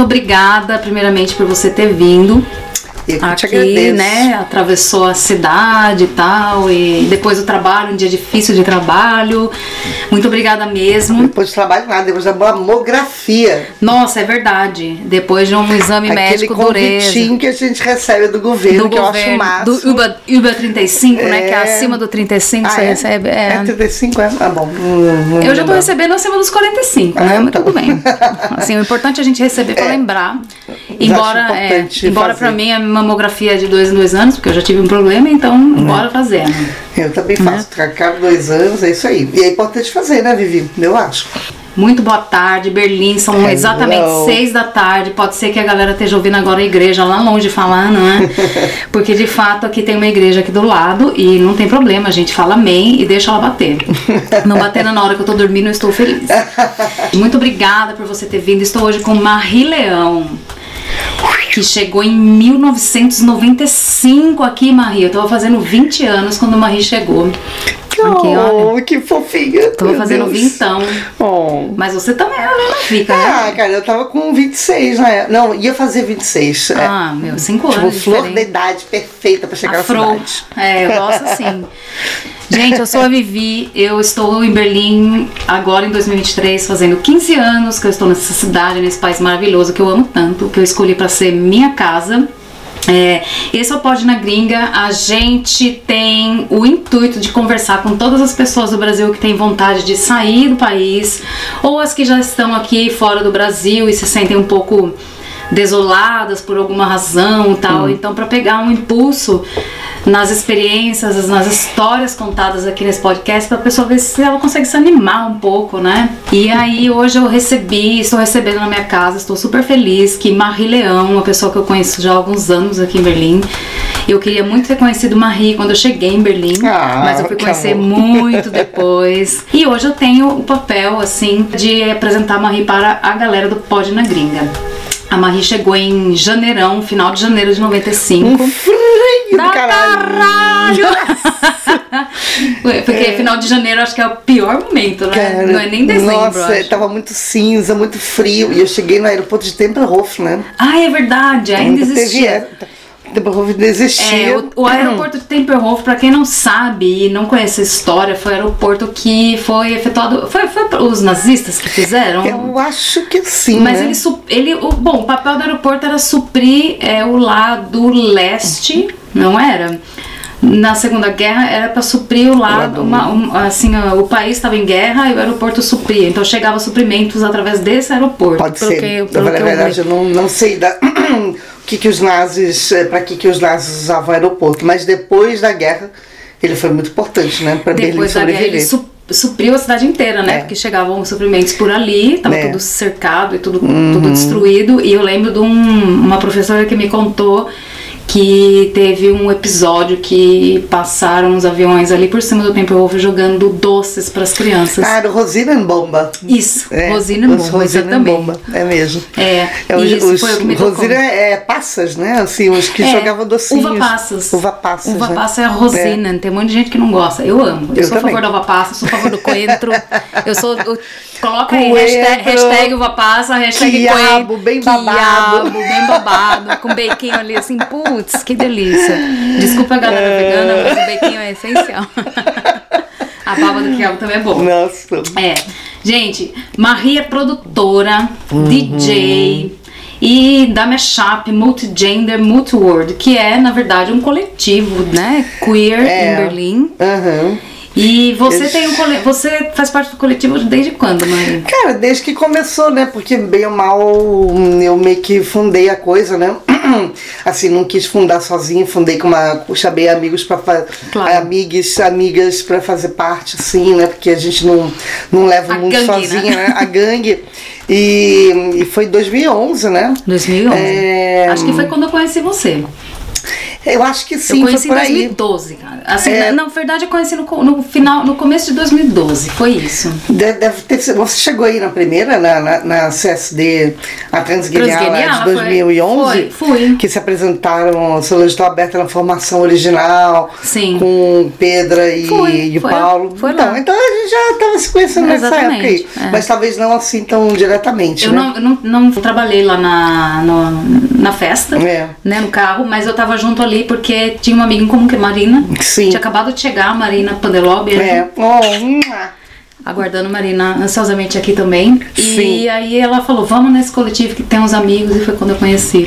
muito obrigada, primeiramente, por você ter vindo. Eu te aqui, agradeço. né, atravessou a cidade e tal, e depois do trabalho, um dia difícil de trabalho. Muito obrigada mesmo. Depois do trabalho nada, depois da mamografia. Nossa, é verdade. Depois de um exame médico dureza. Aquele convitinho que a gente recebe do governo, que eu acho máximo. Do Uber 35, né, que é acima do 35 você recebe. É 35, é? Ah, bom. Eu já tô recebendo acima dos 45, né, mas tá tudo bem. Assim, o importante é a gente receber pra lembrar. Embora pra mim a mamografia é de 2 em 2 anos, porque eu já tive um problema, então bora fazer. Eu também faço, cada 2 anos, é isso aí. E é importante fazer, né, Vivi? Eu acho. Muito boa tarde, Berlim, são exatamente 6 da tarde. Pode ser que a galera esteja ouvindo agora a igreja lá longe falar, não é? Porque de fato aqui tem uma igreja aqui do lado e não tem problema, a gente fala amém e deixa ela bater. Não batendo na hora que eu tô dormindo, eu estou feliz. Muito obrigada por você ter vindo. Estou hoje com Marie Leão, que chegou em 1995 aqui, Marie. Eu tava fazendo 20 anos quando Marie chegou. Aqui, olha. Que fofinha. Tava fazendo vintão. Mas você também era fica, né? Ah, cara, eu tava com 26, né? Não, ia fazer 26. Ah, 5 anos. Tipo, flor da idade perfeita pra chegar na cidade. Eu gosto assim. Gente, eu sou a Vivi, eu estou em Berlim agora em 2023, fazendo 15 anos que eu estou nessa cidade, nesse país maravilhoso que eu amo tanto, que eu escolhi para ser minha casa. Esse é o Pod na Gringa. A gente tem o intuito de conversar com todas as pessoas do Brasil que têm vontade de sair do país, ou as que já estão aqui fora do Brasil e se sentem um pouco desoladas por alguma razão e tal. Então, para pegar um impulso nas experiências, nas histórias contadas aqui nesse podcast, para a pessoa ver se ela consegue se animar um pouco, né? E aí hoje eu estou recebendo na minha casa, estou super feliz que Marie Leão, uma pessoa que eu conheço já há alguns anos aqui em Berlim. Eu queria muito ter conhecido Marie quando eu cheguei em Berlim, mas eu fui conhecer muito depois. E hoje eu tenho o papel, assim, de apresentar a Marie para a galera do Pod na Gringa. A Marie chegou em janeirão, final de janeiro de 95. Frio do caralho! Porque final de janeiro acho que é o pior momento, né? Cara, não é nem dezembro. Nossa, tava muito cinza, muito frio. E eu cheguei no aeroporto de Tempelhof, né? Ah, é verdade, ainda existia. Tempelhof ainda existia. O aeroporto de Tempelhof, pra quem não sabe e não conhece a história, foi o aeroporto que foi efetuado. Foi os nazistas que fizeram? Eu acho que sim. Mas né? o papel do aeroporto era suprir o lado leste, não era? Na Segunda Guerra era para suprir o lado, o país estava em guerra e o aeroporto supria. Então chegava suprimentos através desse aeroporto. Pode ser. Na verdade, eu não sei para que os nazis usavam o aeroporto, mas depois da guerra ele foi muito importante, né, para Berlim sobreviver. Ele supriu a cidade inteira, né, porque chegavam suprimentos por ali, tava tudo cercado e tudo destruído. E eu lembro de uma professora que me contou que teve um episódio que passaram os aviões ali por cima do Tempelhof jogando doces para as crianças. Ah, do Rosinenbomba. Isso, Rosinenbomba, exatamente. É mesmo. Isso foi o que me tocou. Rosina passas, né? Assim, os que jogavam docinhos. Uva passas. Uva passas, Uva passa é a Rosina, tem um monte de gente que não gosta. Eu amo. Eu sou a favor da uva passa, sou a favor do coentro. Coloca aí, hashtag uva passa, hashtag quiabo, coentro. bem babado. Quiabo, bem babado, com bequinho ali assim, putz, que delícia. Desculpa a galera vegana, mas o bequinho é essencial. A baba do quiabo também é boa. Nossa. Gente, Marie é produtora, DJ e da Mashup Multigender Multiworld, que é, na verdade, um coletivo, né, queer em Berlim. E você você faz parte do coletivo desde quando, Marie? Cara, desde que começou, né? Porque bem ou mal eu meio que fundei a coisa, né? Assim, não quis fundar sozinha, chamei amigos amigas pra fazer parte, assim, né? Porque a gente não leva o mundo sozinha, né? A gangue. E foi em 2011, né? 2011. Acho que foi quando eu conheci você. Eu acho que sim, Eu conheci foi em por aí. 2012, cara. Assim, na verdade, eu conheci no começo de 2012, foi isso. Deve ter sido. Você chegou aí na primeira, na CSD, a Transgueniala de 2011? Fui. Que se apresentaram, o Solange estava aberta na formação original. Sim. Com Pedra e o Paulo. Foi então, lá. então a gente já estava se conhecendo nessa época aí. Mas talvez não assim tão diretamente. Eu não trabalhei lá na festa, né, no carro, mas eu tava junto ali porque tinha uma amiga em comum que é Marina. Sim. Tinha acabado de chegar a Marina Pandelob. Aguardando Marina ansiosamente aqui também. Sim. E aí ela falou, vamos nesse coletivo que tem uns amigos, e foi quando eu conheci.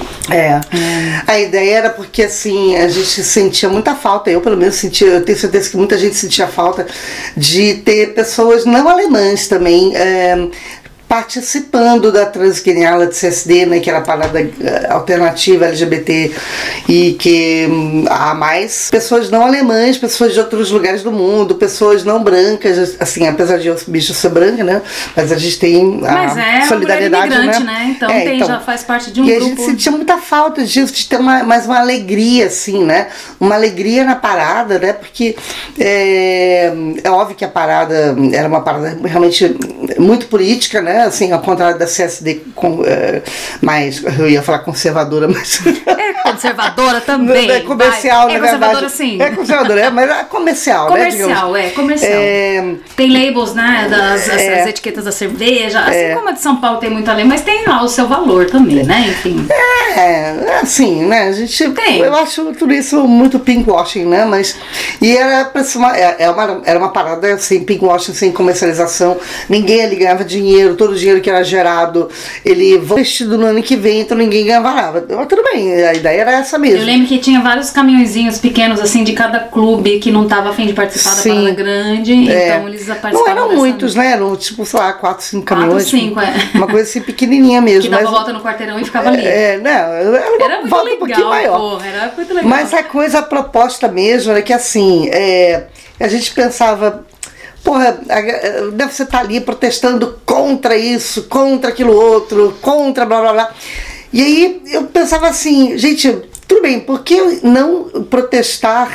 A ideia era porque assim, a gente sentia muita falta, eu pelo menos sentia, eu tenho certeza que muita gente sentia falta de ter pessoas não alemãs também, participando da Transgueniala de CSD, né, que era a parada alternativa LGBT, e que há mais pessoas não alemãs, pessoas de outros lugares do mundo, pessoas não brancas, assim, apesar de eu bicho ser branca, né, mas a gente tem a solidariedade, né? Então, já faz parte de um grupo. E a gente sentia muita falta disso, de ter mais uma alegria, assim, né, uma alegria na parada, né, porque é óbvio que a parada era uma parada realmente muito política, né, assim, ao contrário da CSD mais, eu ia falar conservadora, mas... conservadora também. É comercial, na verdade. Conservadora, sim. É conservadora, mas é comercial, né? Comercial. Tem labels, né, das etiquetas da cerveja, assim como a de São Paulo tem muito além, mas tem lá o seu valor também, né, enfim. Assim, né, a gente... Tem. Eu acho tudo isso muito pinkwashing, né, mas... E era pra ser era uma parada sem pinkwashing, sem comercialização, ninguém ali ganhava dinheiro, todo o dinheiro que era gerado, ele vestido no ano que vem, então ninguém ganhava nada. Mas tudo bem, a ideia era essa mesmo. Eu lembro que tinha vários caminhõezinhos pequenos, assim, de cada clube que não tava a fim de participar da parada grande, então eles participavam. Não eram muitos, né? Eram tipo, sei lá, 4, 5 caminhões. 5, Uma coisa assim pequenininha mesmo. Que dava volta no quarteirão e ficava ali. Era uma volta um pouquinho maior. Era muito legal. Mas a proposta mesmo era que assim, a gente pensava... Porra, deve você estar ali protestando contra isso, contra aquilo outro, contra blá blá blá. E aí eu pensava assim, gente, tudo bem, por que não protestar,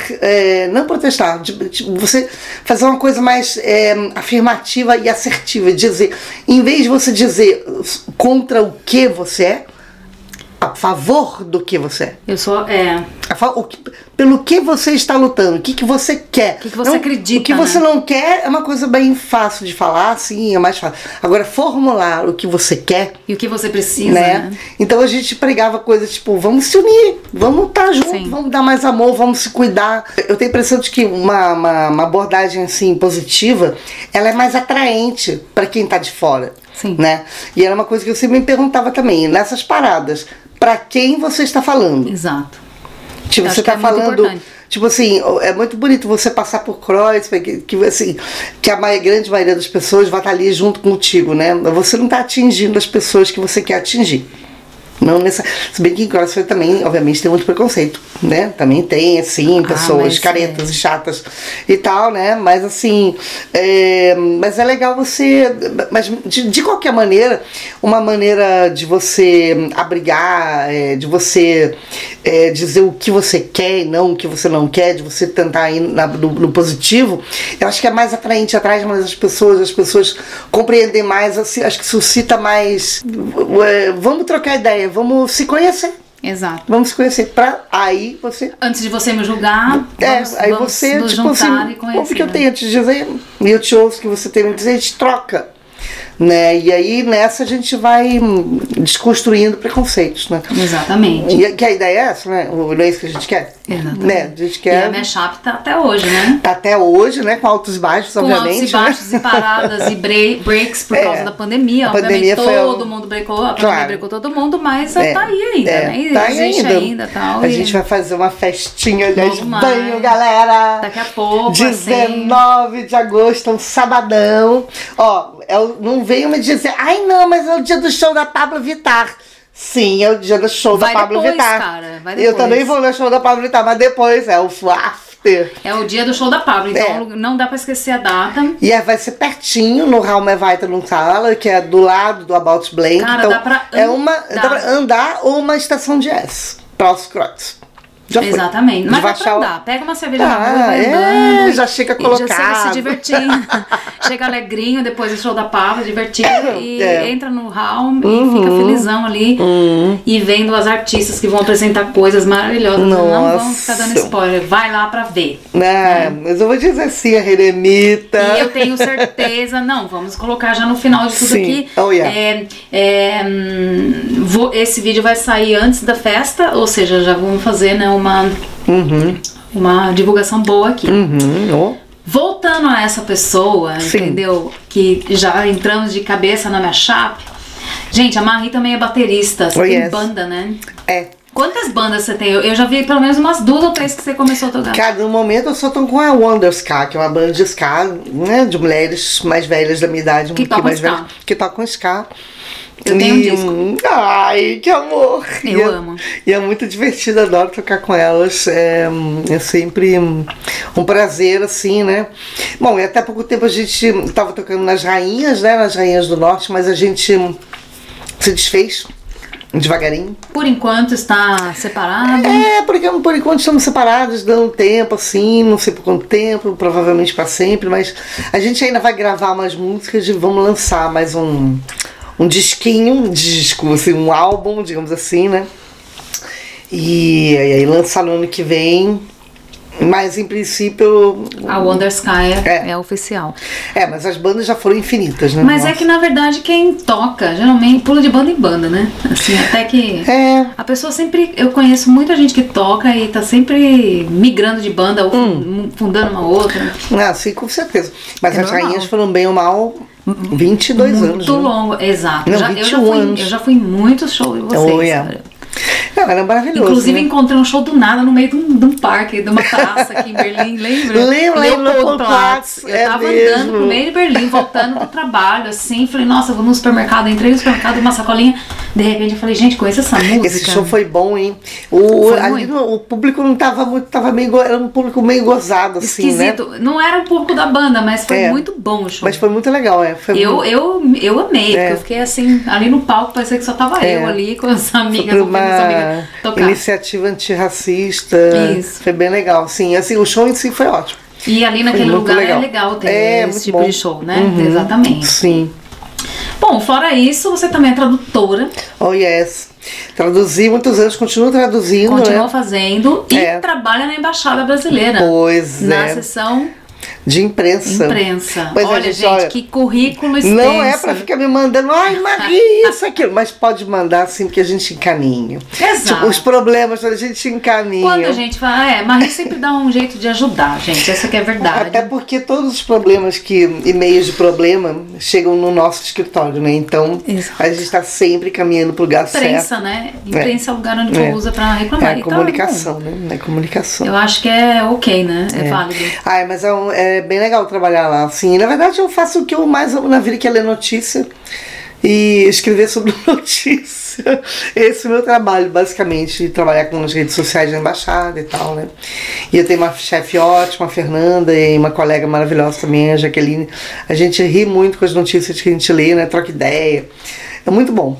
tipo, você fazer uma coisa mais afirmativa e assertiva, dizer, em vez de você dizer contra o que você é, a favor do que você é. Eu sou, pelo que você está lutando, o que você quer. O que você acredita, o que você não quer é uma coisa bem fácil de falar, sim, é mais fácil. Agora, formular o que você quer... E o que você precisa, né? Então a gente pregava coisas tipo, vamos se unir, vamos estar juntos, vamos dar mais amor, vamos se cuidar. Eu tenho a impressão de que uma abordagem assim, positiva, ela é mais atraente para quem está de fora. Sim. Né? E era uma coisa que eu sempre me perguntava também, nessas paradas, para quem você está falando? Exato. Tipo, você está falando, tipo assim, é muito bonito você passar por Kreuzberg, que a grande maioria das pessoas vai estar ali junto contigo, né? Você não está atingindo as pessoas que você quer atingir. Não se bem que em Kreuzberg também, obviamente, tem muito preconceito, né? Também tem, assim, pessoas caretas e chatas e tal, né? Mas assim, mas é legal você... Mas de qualquer maneira, uma maneira de você abrigar, de você dizer o que você quer e não o que você não quer, de você tentar ir no positivo, eu acho que é mais atraente, atrai mais as pessoas compreendem mais, assim, acho que suscita mais... Vamos trocar ideia, vamos se conhecer. Exato. Vamos se conhecer pra aí você... Antes de você me julgar, aí você, nos tipo assim, ouve o que eu tenho a te dizer, e eu te ouço o que você tem a me dizer, a gente troca. Né? E aí nessa a gente vai desconstruindo preconceitos, né? Exatamente. E que a ideia é essa, né? Não é isso que a gente quer? Exatamente. Né? A gente quer... E a Mashup tá até hoje, né? Tá até hoje, né? Com altos e baixos, obviamente. Com altos e baixos, né? E paradas e breaks por causa da pandemia. A pandemia todo mundo brecou, a pandemia brecou todo mundo, mas tá aí ainda, né? E tá aí ainda. Tal, a gente vai fazer uma festinha, aliás, Vamos banho, galera! Daqui a pouco, 19 de agosto, um sabadão. Ó, não venham me dizer, ai não, mas é o dia do show da Pablo Vittar. Sim, é o dia do show da Pablo Vittar. Cara, vai depois. Eu também vou no show da Pablo Vittar, mas depois é o after. É o dia do show da Pablo, então não dá pra esquecer a data. E vai ser pertinho, no Raul Weiter no Sala, que é do lado do About Blank. Cara, então, dá pra dá pra andar ou uma estação de S, próximo Kreuz. Já foi. Exatamente. Mas dá pra andar. Pega uma cerveja na rua, já chega colocado. Já chega se divertindo. Chega alegrinho depois do show da Pava, divertido. E entra no hall e fica felizão ali. E vendo as artistas que vão apresentar coisas maravilhosas. Nossa. Não vão ficar dando spoiler. Vai lá pra ver. Mas eu vou dizer assim, a Eremita. E eu tenho certeza. Não, vamos colocar já no final de tudo aqui. Esse vídeo vai sair antes da festa. Ou seja, já vamos fazer, né, uma divulgação boa aqui. Voltando a essa pessoa, entendeu? Que já entramos de cabeça na minha chape. Gente, a Marie também é baterista. Você tem banda, né? Quantas bandas você tem? Eu já vi pelo menos umas 2 ou 3 que você começou a tocar. Cara, no momento eu só tô com a Wonder Ska, que é uma banda de ska, né? De mulheres mais velhas da minha idade, que tocam mais ska. Velhas, que tocam ska. Eu tenho um disco. Ai, que amor! Eu amo. E é muito divertido, adoro tocar com elas. É sempre um prazer, assim, né? Bom, e até pouco tempo a gente tava tocando nas Rainhas, né? Nas Rainhas do Norte, mas a gente se desfez devagarinho. Por enquanto está separado? Porque por enquanto estamos separados, dando um tempo, assim, não sei por quanto tempo, provavelmente para sempre, mas a gente ainda vai gravar umas músicas e vamos lançar mais um disco, assim, um álbum, digamos assim, né? E aí lançar no ano que vem. Mas em princípio. A Wonder Sky é oficial. Mas as bandas já foram infinitas, né? Mas é que na verdade quem toca geralmente pula de banda em banda, né? Assim, até que a pessoa sempre. Eu conheço muita gente que toca e tá sempre migrando de banda ou fundando uma outra. Sim, com certeza. Mas as Rainhas foram bem ou mal 22 anos. Muito longo, exato. Não, 21 anos. Eu já fui em muitos shows de vocês. Era maravilhoso. Inclusive, encontrei um show do nada no meio de um parque, de uma praça aqui em Berlim, lembra? Lembro, Leopoldplatz. Eu tava andando no meio de Berlim, voltando do trabalho, assim, falei, nossa, eu vou no supermercado, entrei no supermercado, uma sacolinha, de repente eu falei, gente, conheço essa música. Esse show foi bom, hein? O público não tava muito, era um público meio gozado, assim, esquisito. Né? Não era o público da banda, mas foi muito bom o show. Mas foi muito legal, Eu amei, porque eu fiquei assim, ali no palco, parecia que só tava eu ali com as amigas, tocar. Iniciativa antirracista. Isso. Foi bem legal. Sim, assim, o show em si foi ótimo. E ali naquele lugar é legal ter esse tipo de show, né? Exatamente. Sim. Bom, fora isso, você também é tradutora. Oh, yes. Traduzi muitos anos, continuo traduzindo. Continua fazendo e trabalha na Embaixada Brasileira. Pois na seção de imprensa. Pois olha, gente, que currículo extenso. Não é pra ficar me mandando, ai, Marie, isso, aquilo. Mas pode mandar, assim, porque a gente encaminha. Exato. Os problemas, a gente encaminha. Quando a gente fala, Marie sempre dá um jeito de ajudar, gente. Essa que é a verdade. Até porque todos os problemas e-mails de problema chegam no nosso escritório, né? Então, a gente está sempre caminhando pro lugar certo. Imprensa, né? Imprensa é o lugar onde tu usa pra reclamar. É a comunicação, né? É comunicação. Eu acho que é ok, né? É válido. Mas é bem legal trabalhar lá, assim. Na verdade, eu faço o que eu mais amo na vida, que é ler notícia e escrever sobre notícia. Esse é o meu trabalho, basicamente, trabalhar com as redes sociais da embaixada e tal, né? E eu tenho uma chefe ótima, a Fernanda, e uma colega maravilhosa também, a Jaqueline. A gente ri muito com as notícias que a gente lê, né? Troca ideia. É muito bom.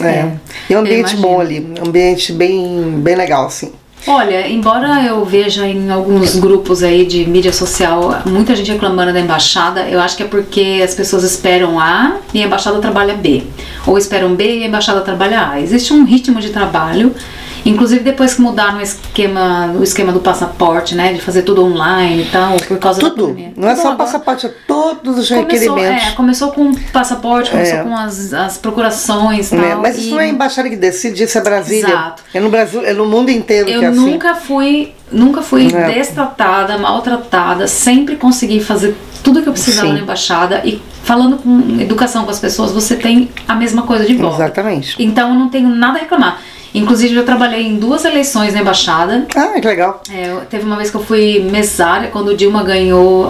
E é um ambiente bom ali, um ambiente bem legal, assim. Olha, embora eu veja em alguns grupos aí de mídia social muita gente reclamando da embaixada, eu acho que é porque as pessoas esperam A e a embaixada trabalha B. Ou esperam B e a embaixada trabalha A. Existe um ritmo de trabalho, inclusive depois que mudaram o esquema do passaporte, né, de fazer tudo online e tal, por causa da pandemia. Não é só o passaporte, é todos os requerimentos. Começou com o passaporte, começou com as procurações e tal. Mas isso não é a embaixada que decide, isso é Brasília. Exato. É no Brasil, é no mundo inteiro que é assim. Nunca fui destratada, maltratada, sempre consegui fazer tudo que eu precisava na embaixada e falando com educação com as pessoas, você tem a mesma coisa de volta. Exatamente. Então eu não tenho nada a reclamar. Inclusive, eu trabalhei em 2 eleições na embaixada. Ah, que legal. Teve uma vez que eu fui mesária, quando o Dilma ganhou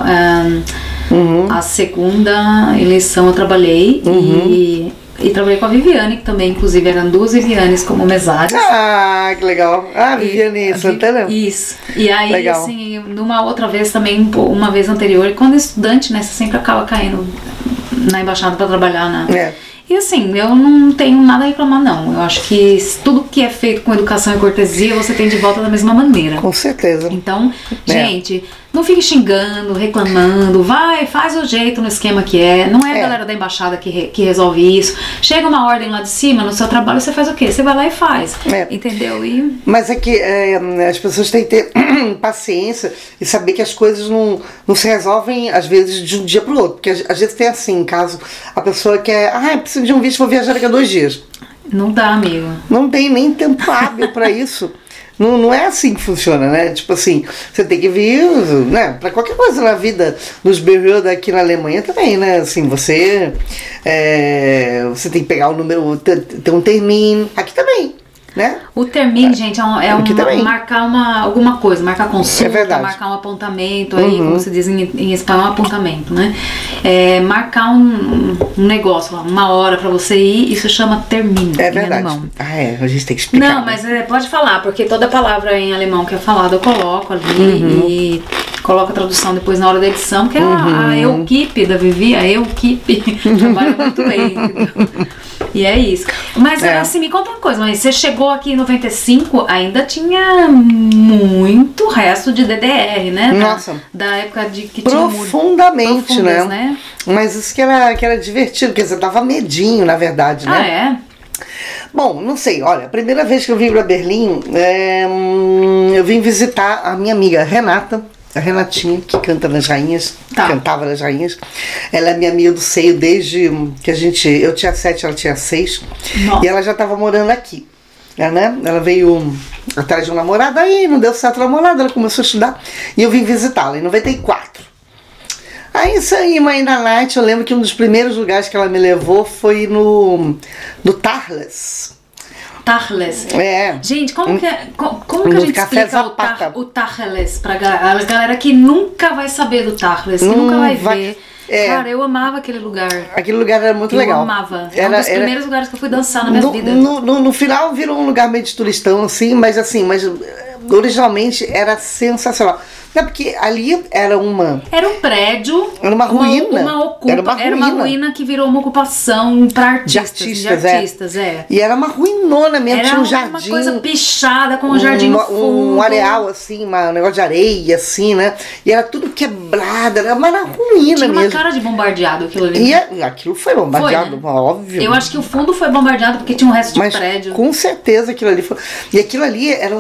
a segunda eleição, eu trabalhei. E trabalhei com a Viviane, que também, inclusive, eram 2 Vivianes como mesárias. Ah, que legal. Viviane Santana? Isso. E aí, legal. Assim, numa outra vez também, uma vez anterior, quando estudante, né, você sempre acaba caindo na embaixada para trabalhar E assim, eu não tenho nada a reclamar, não. Eu acho que tudo que é feito com educação e cortesia, você tem de volta da mesma maneira. Com certeza. Então, gente, não fique xingando, reclamando. Vai, faz o jeito no esquema que é. Não é a galera da embaixada que resolve isso. Chega uma ordem lá de cima, no seu trabalho, você faz o quê? Você vai lá e faz. Entendeu? Mas é que as pessoas têm que ter paciência e saber que as coisas não se resolvem, às vezes, de um dia pro outro. Porque às vezes tem assim, caso a pessoa quer, preciso de um visto, vou viajar daqui a 2 dias. Não dá, amigo. Não tem nem tempo hábil pra isso. Não é assim que funciona, né? Tipo assim, você tem que vir, né? Pra qualquer coisa na vida, nos Behörden aqui na Alemanha também, né? Assim, você tem que pegar o número, ter um termino, aqui também, né? O termine, gente, marcar alguma coisa, marcar consulta, marcar um apontamento, aí, como se diz em espanhol, apontamento, né? Marcar um negócio lá, 1 hora pra você ir, isso chama termine. É verdade. Alemão. A gente tem que explicar. Não, mas pode falar, porque toda palavra em alemão que é falada eu coloco ali e coloco a tradução depois na hora da edição, que é a equipe da Vivi, a equipe trabalha muito bem, entendeu? E é isso. Mas assim, me conta uma coisa, mas você chegou aqui em 95, ainda tinha muito resto de DDR, né? Nossa. Da época de que profundamente, né? Mas isso que era divertido, porque você dava medinho, na verdade, né? Bom, não sei, olha, a primeira vez que eu vim para Berlim, eu vim visitar a minha amiga Renata, a Renatinha, que canta nas Rainhas, cantava nas Rainhas. Ela é minha amiga do seio desde que eu tinha 7, ela tinha 6. Nossa. E ela já estava morando aqui. Né? Ela veio atrás de um namorado, aí não deu certo o namorado, ela começou a estudar e eu vim visitá-la em 94. Aí saímos aí na night, eu lembro que um dos primeiros lugares que ela me levou foi no Tarles. Tarles. Gente, como que a gente explica o Tarles pra galera que nunca vai saber do Tarles, que nunca vai ver? Cara, eu amava aquele lugar. Aquele lugar era muito legal. Eu amava. É um dos primeiros lugares que eu fui dançar na minha vida. No final virou um lugar meio de turistão, assim, mas originalmente era sensacional. Não, porque ali era um prédio. Era uma ruína. Era uma ruína que virou uma ocupação para artistas. E era uma ruinona mesmo, tinha um jardim. Uma coisa pichada com um jardim no fundo. Um areal, assim, um negócio de areia, assim, né? E era tudo quebrado, era uma ruína tinha mesmo. Tinha uma cara de bombardeado aquilo ali. E aquilo foi bombardeado, foi, né? Óbvio. Eu acho que o fundo foi bombardeado porque tinha um resto de prédio. Com certeza aquilo ali foi. E aquilo ali era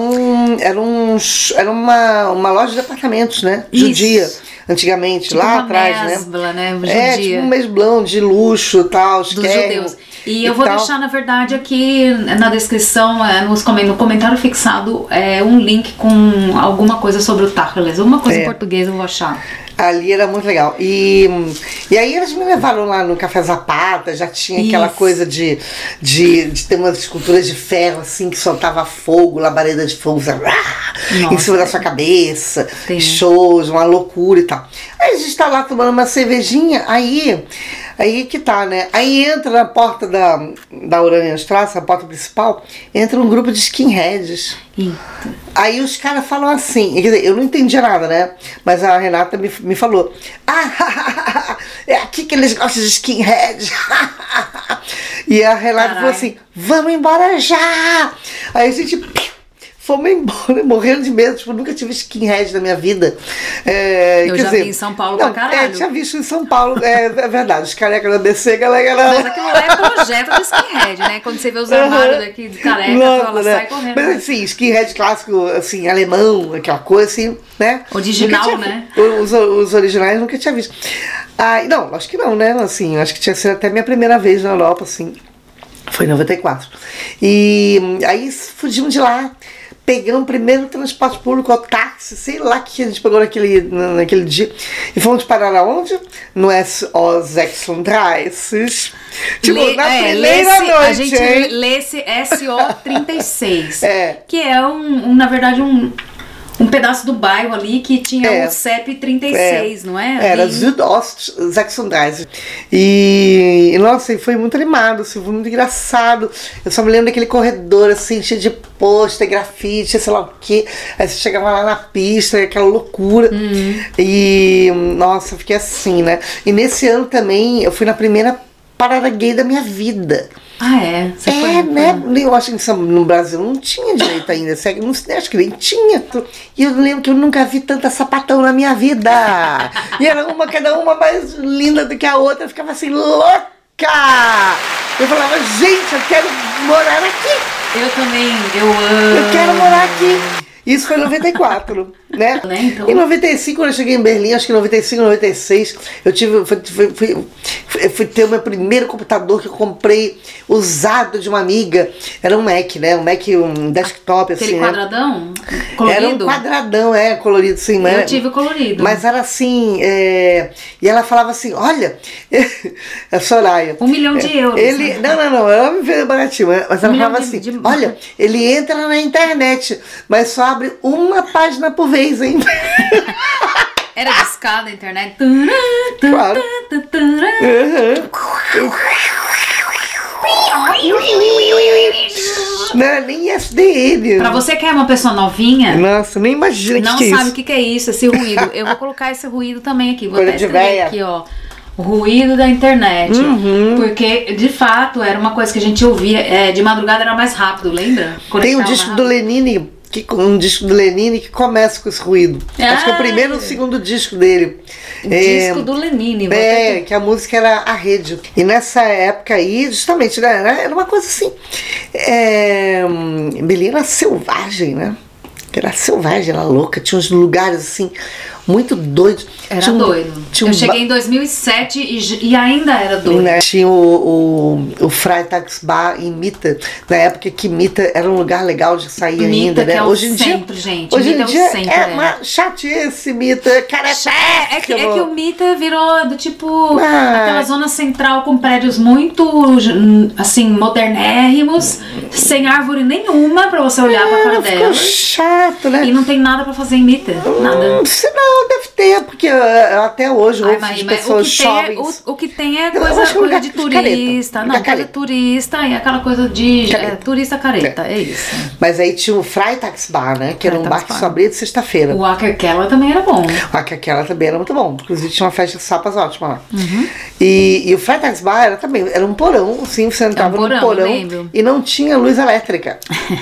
uma loja de apartamentos, né? Judia, antigamente, tipo lá atrás, mesbla, né? Judia. Tipo um mesblão de luxo e tal, dos judeus. E eu vou deixar, na verdade, aqui na descrição, no comentário fixado, um link com alguma coisa sobre o Tarles. Alguma coisa em português eu vou achar. Ali era muito legal. E aí eles me levaram lá no Café Zapata, já tinha aquela coisa de ter umas esculturas de ferro, assim, que soltava fogo, labareda de fogo, em cima da sua cabeça, shows, uma loucura e tal. Aí a gente tá lá tomando uma cervejinha, aí que tá, né? Aí entra na porta da Oranienstraße, a porta principal, entra um grupo de skinheads. Aí os caras falam assim, quer dizer, eu não entendia nada, né? Mas a Renata me falou, é aqui que eles gostam de skinhead. E a Renata falou assim, vamos embora já! Aí a gente fomos embora, morrendo de medo, tipo, nunca tive skinhead na minha vida. Eu já vi em São Paulo pra caralho. Tinha visto em São Paulo, é verdade, os carecas da BC, galera. Mas aquilo lá é projeto de skinhead, né? Quando você vê os armários daqui de careca, ela sai correndo. Mas assim, skinhead clássico, assim, alemão, aquela coisa assim, né? Original, né? Os originais nunca tinha visto. Não, acho que não, né? Assim, acho que tinha sido até minha primeira vez na Europa, assim. Foi em 94. E aí fugimos de lá. Pegamos o primeiro transporte público, o táxi, sei lá que a gente pegou naquele dia. E fomos parar aonde? No SO 36. Tipo, na primeira noite. A gente lê esse SO 36. Que é na verdade, um pedaço do bairro ali que tinha o CEP 36, não é? Era Südost 36. E nossa, foi muito animado, assim, foi muito engraçado. Eu só me lembro daquele corredor assim, cheio de pôster, grafite, sei lá o que. Aí você chegava lá na pista, aquela loucura. E nossa, eu fiquei assim, né? E nesse ano também eu fui na primeira parada gay da minha vida. Ah, é? Você foi, né? Eu acho que no Brasil não tinha direito ainda. Acho que nem tinha. E eu lembro que eu nunca vi tanta sapatão na minha vida. E era cada uma mais linda do que a outra. Eu ficava assim, louca! Eu falava, gente, eu quero morar aqui. Eu também, eu amo. Eu quero morar aqui. Isso foi em 94, né? Então... Em 95, quando eu cheguei em Berlim, acho que em 95, 96, eu fui ter o meu primeiro computador que eu comprei usado de uma amiga. Era um Mac, né? Um desktop, aquele assim, quadradão? Colorido? Era um quadradão, colorido, sim. Eu tive colorido. Mas era assim, e ela falava assim, olha, a Soraya... 1 milhão de euros. Ele, não, ela me veio baratinho, mas ela falava assim, olha, ele entra na internet, mas só abre uma página por vez, hein? Era discada a internet. Claro. Não, nem SDN. Pra você que é uma pessoa novinha, nossa, nem imagina não que sabe o que é isso, esse ruído. Eu vou colocar esse ruído também aqui. Vou coisa até de escrever véia. aqui, ó. O ruído da internet. Porque, de fato, era uma coisa que a gente ouvia. De madrugada era mais rápido, lembra? Tem um disco do Lenine, que começa com esse ruído. Acho que é o primeiro ou o segundo disco dele. Disco do Lenine. Que a música era A Rede. E nessa época aí, justamente, né, era uma coisa assim. Berlim era selvagem, né? Era selvagem, era louca. Tinha uns lugares assim, muito doidos. Era doido. Eu cheguei em 2007 e ainda era doido. Né? Tinha o Freitags Bar em Mita, na época que Mita era um lugar legal de sair ainda, né? Que é o hoje em centro, dia, gente. Hoje Mita em dia é o centro, uma chatice, Mita, cara. É que o Mita virou do tipo aquela zona central com prédios muito assim, modernérrimos, sem árvore nenhuma pra você olhar pra fora dela. Ficou chato, né? E não tem nada pra fazer em Mita. Nada. Se não, deve ter, porque até hoje as pessoas jovens. O que tem é coisa de turista. Não, coisa turista e aquela coisa de turista careta. É isso. Mas aí tinha o Freitags Bar, né? Que era um bar que só abria de sexta-feira. O Akerkeller também era bom. O Akerkeller também era muito bom. Inclusive tinha uma festa de sapas ótima lá. E o Freitags Bar era um porão, assim, você entrava no porão e não tinha luz elétrica.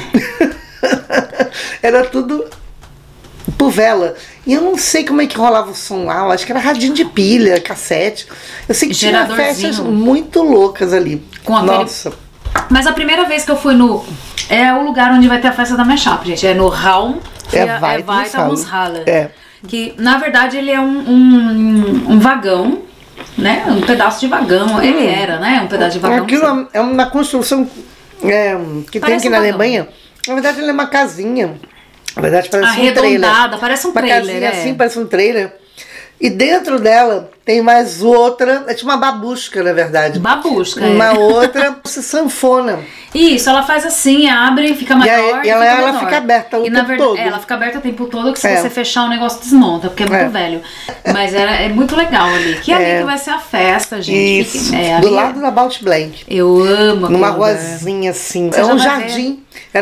Era tudo por vela. E eu não sei como é que rolava o som lá. Eu acho que era radinho de pilha, cassete. Eu sei que tinha festas muito loucas ali. Nossa. Mas a primeira vez que eu fui é o lugar onde vai ter a festa da Mashup, gente. É no Raum. Weitermushalle. Que na verdade ele é um vagão, né? Um pedaço de vagão. Ele era, né? Um pedaço de vagão. Aquilo é uma construção que tem aqui na Alemanha. Na verdade ele é uma casinha. Na verdade parece um trailer. Parece um trailer. Uma casinha assim, parece um trailer. E dentro dela tem mais outra, é tipo uma babusca, na verdade. Babusca, uma outra sanfona. Isso, ela faz assim, abre, fica maior e ela fica aberta o tempo todo. Ela fica aberta o tempo todo, que se você fechar o negócio desmonta, porque é muito velho. Mas é muito legal ali. Que ali que vai ser a festa, gente. Isso, do lado da Balt Blank. Eu amo. Numa ruazinha assim. É um jardim.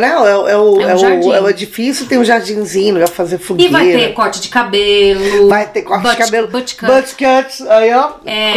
É o edifício, tem um jardinzinho, vai fazer fogueira. E vai ter corte de cabelo. Vai ter corte de cabelo. Butt cuts. Aí, ó.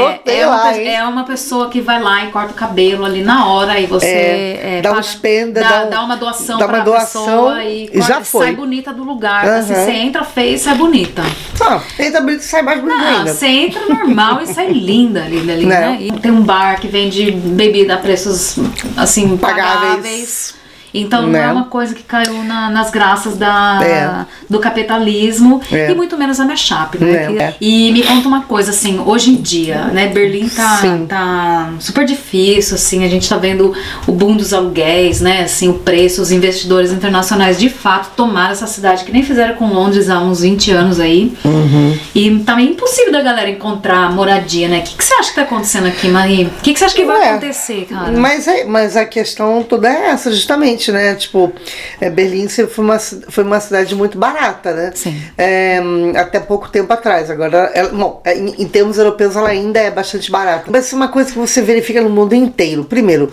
É uma pessoa que vai lá e corta o cabelo ali na hora e você dá uma espenda, dá uma doação pra pessoa e já foi. Sai bonita do lugar. Assim, você entra feia e sai bonita. Entra bonita e sai mais bonita ainda. Você entra normal e sai linda, né? E tem um bar que vende bebida a preços assim pagáveis. Então não é uma coisa que caiu nas graças do capitalismo e muito menos a Mashup, né? E me conta uma coisa, assim, hoje em dia, né? Berlim tá super difícil, assim, a gente tá vendo o boom dos aluguéis, né? Assim, o preço, os investidores internacionais de fato tomaram essa cidade, que nem fizeram com Londres há uns 20 anos aí. E tá meio impossível da galera encontrar moradia, né? O que você acha que tá acontecendo aqui, Marie? O que você acha que vai acontecer, cara? Mas a questão toda é essa, justamente, né? Tipo, Berlim sempre foi uma cidade muito barata, né? Sim. Até pouco tempo atrás. Agora, em termos europeus, ela ainda é bastante barata. Mas isso é uma coisa que você verifica no mundo inteiro. Primeiro,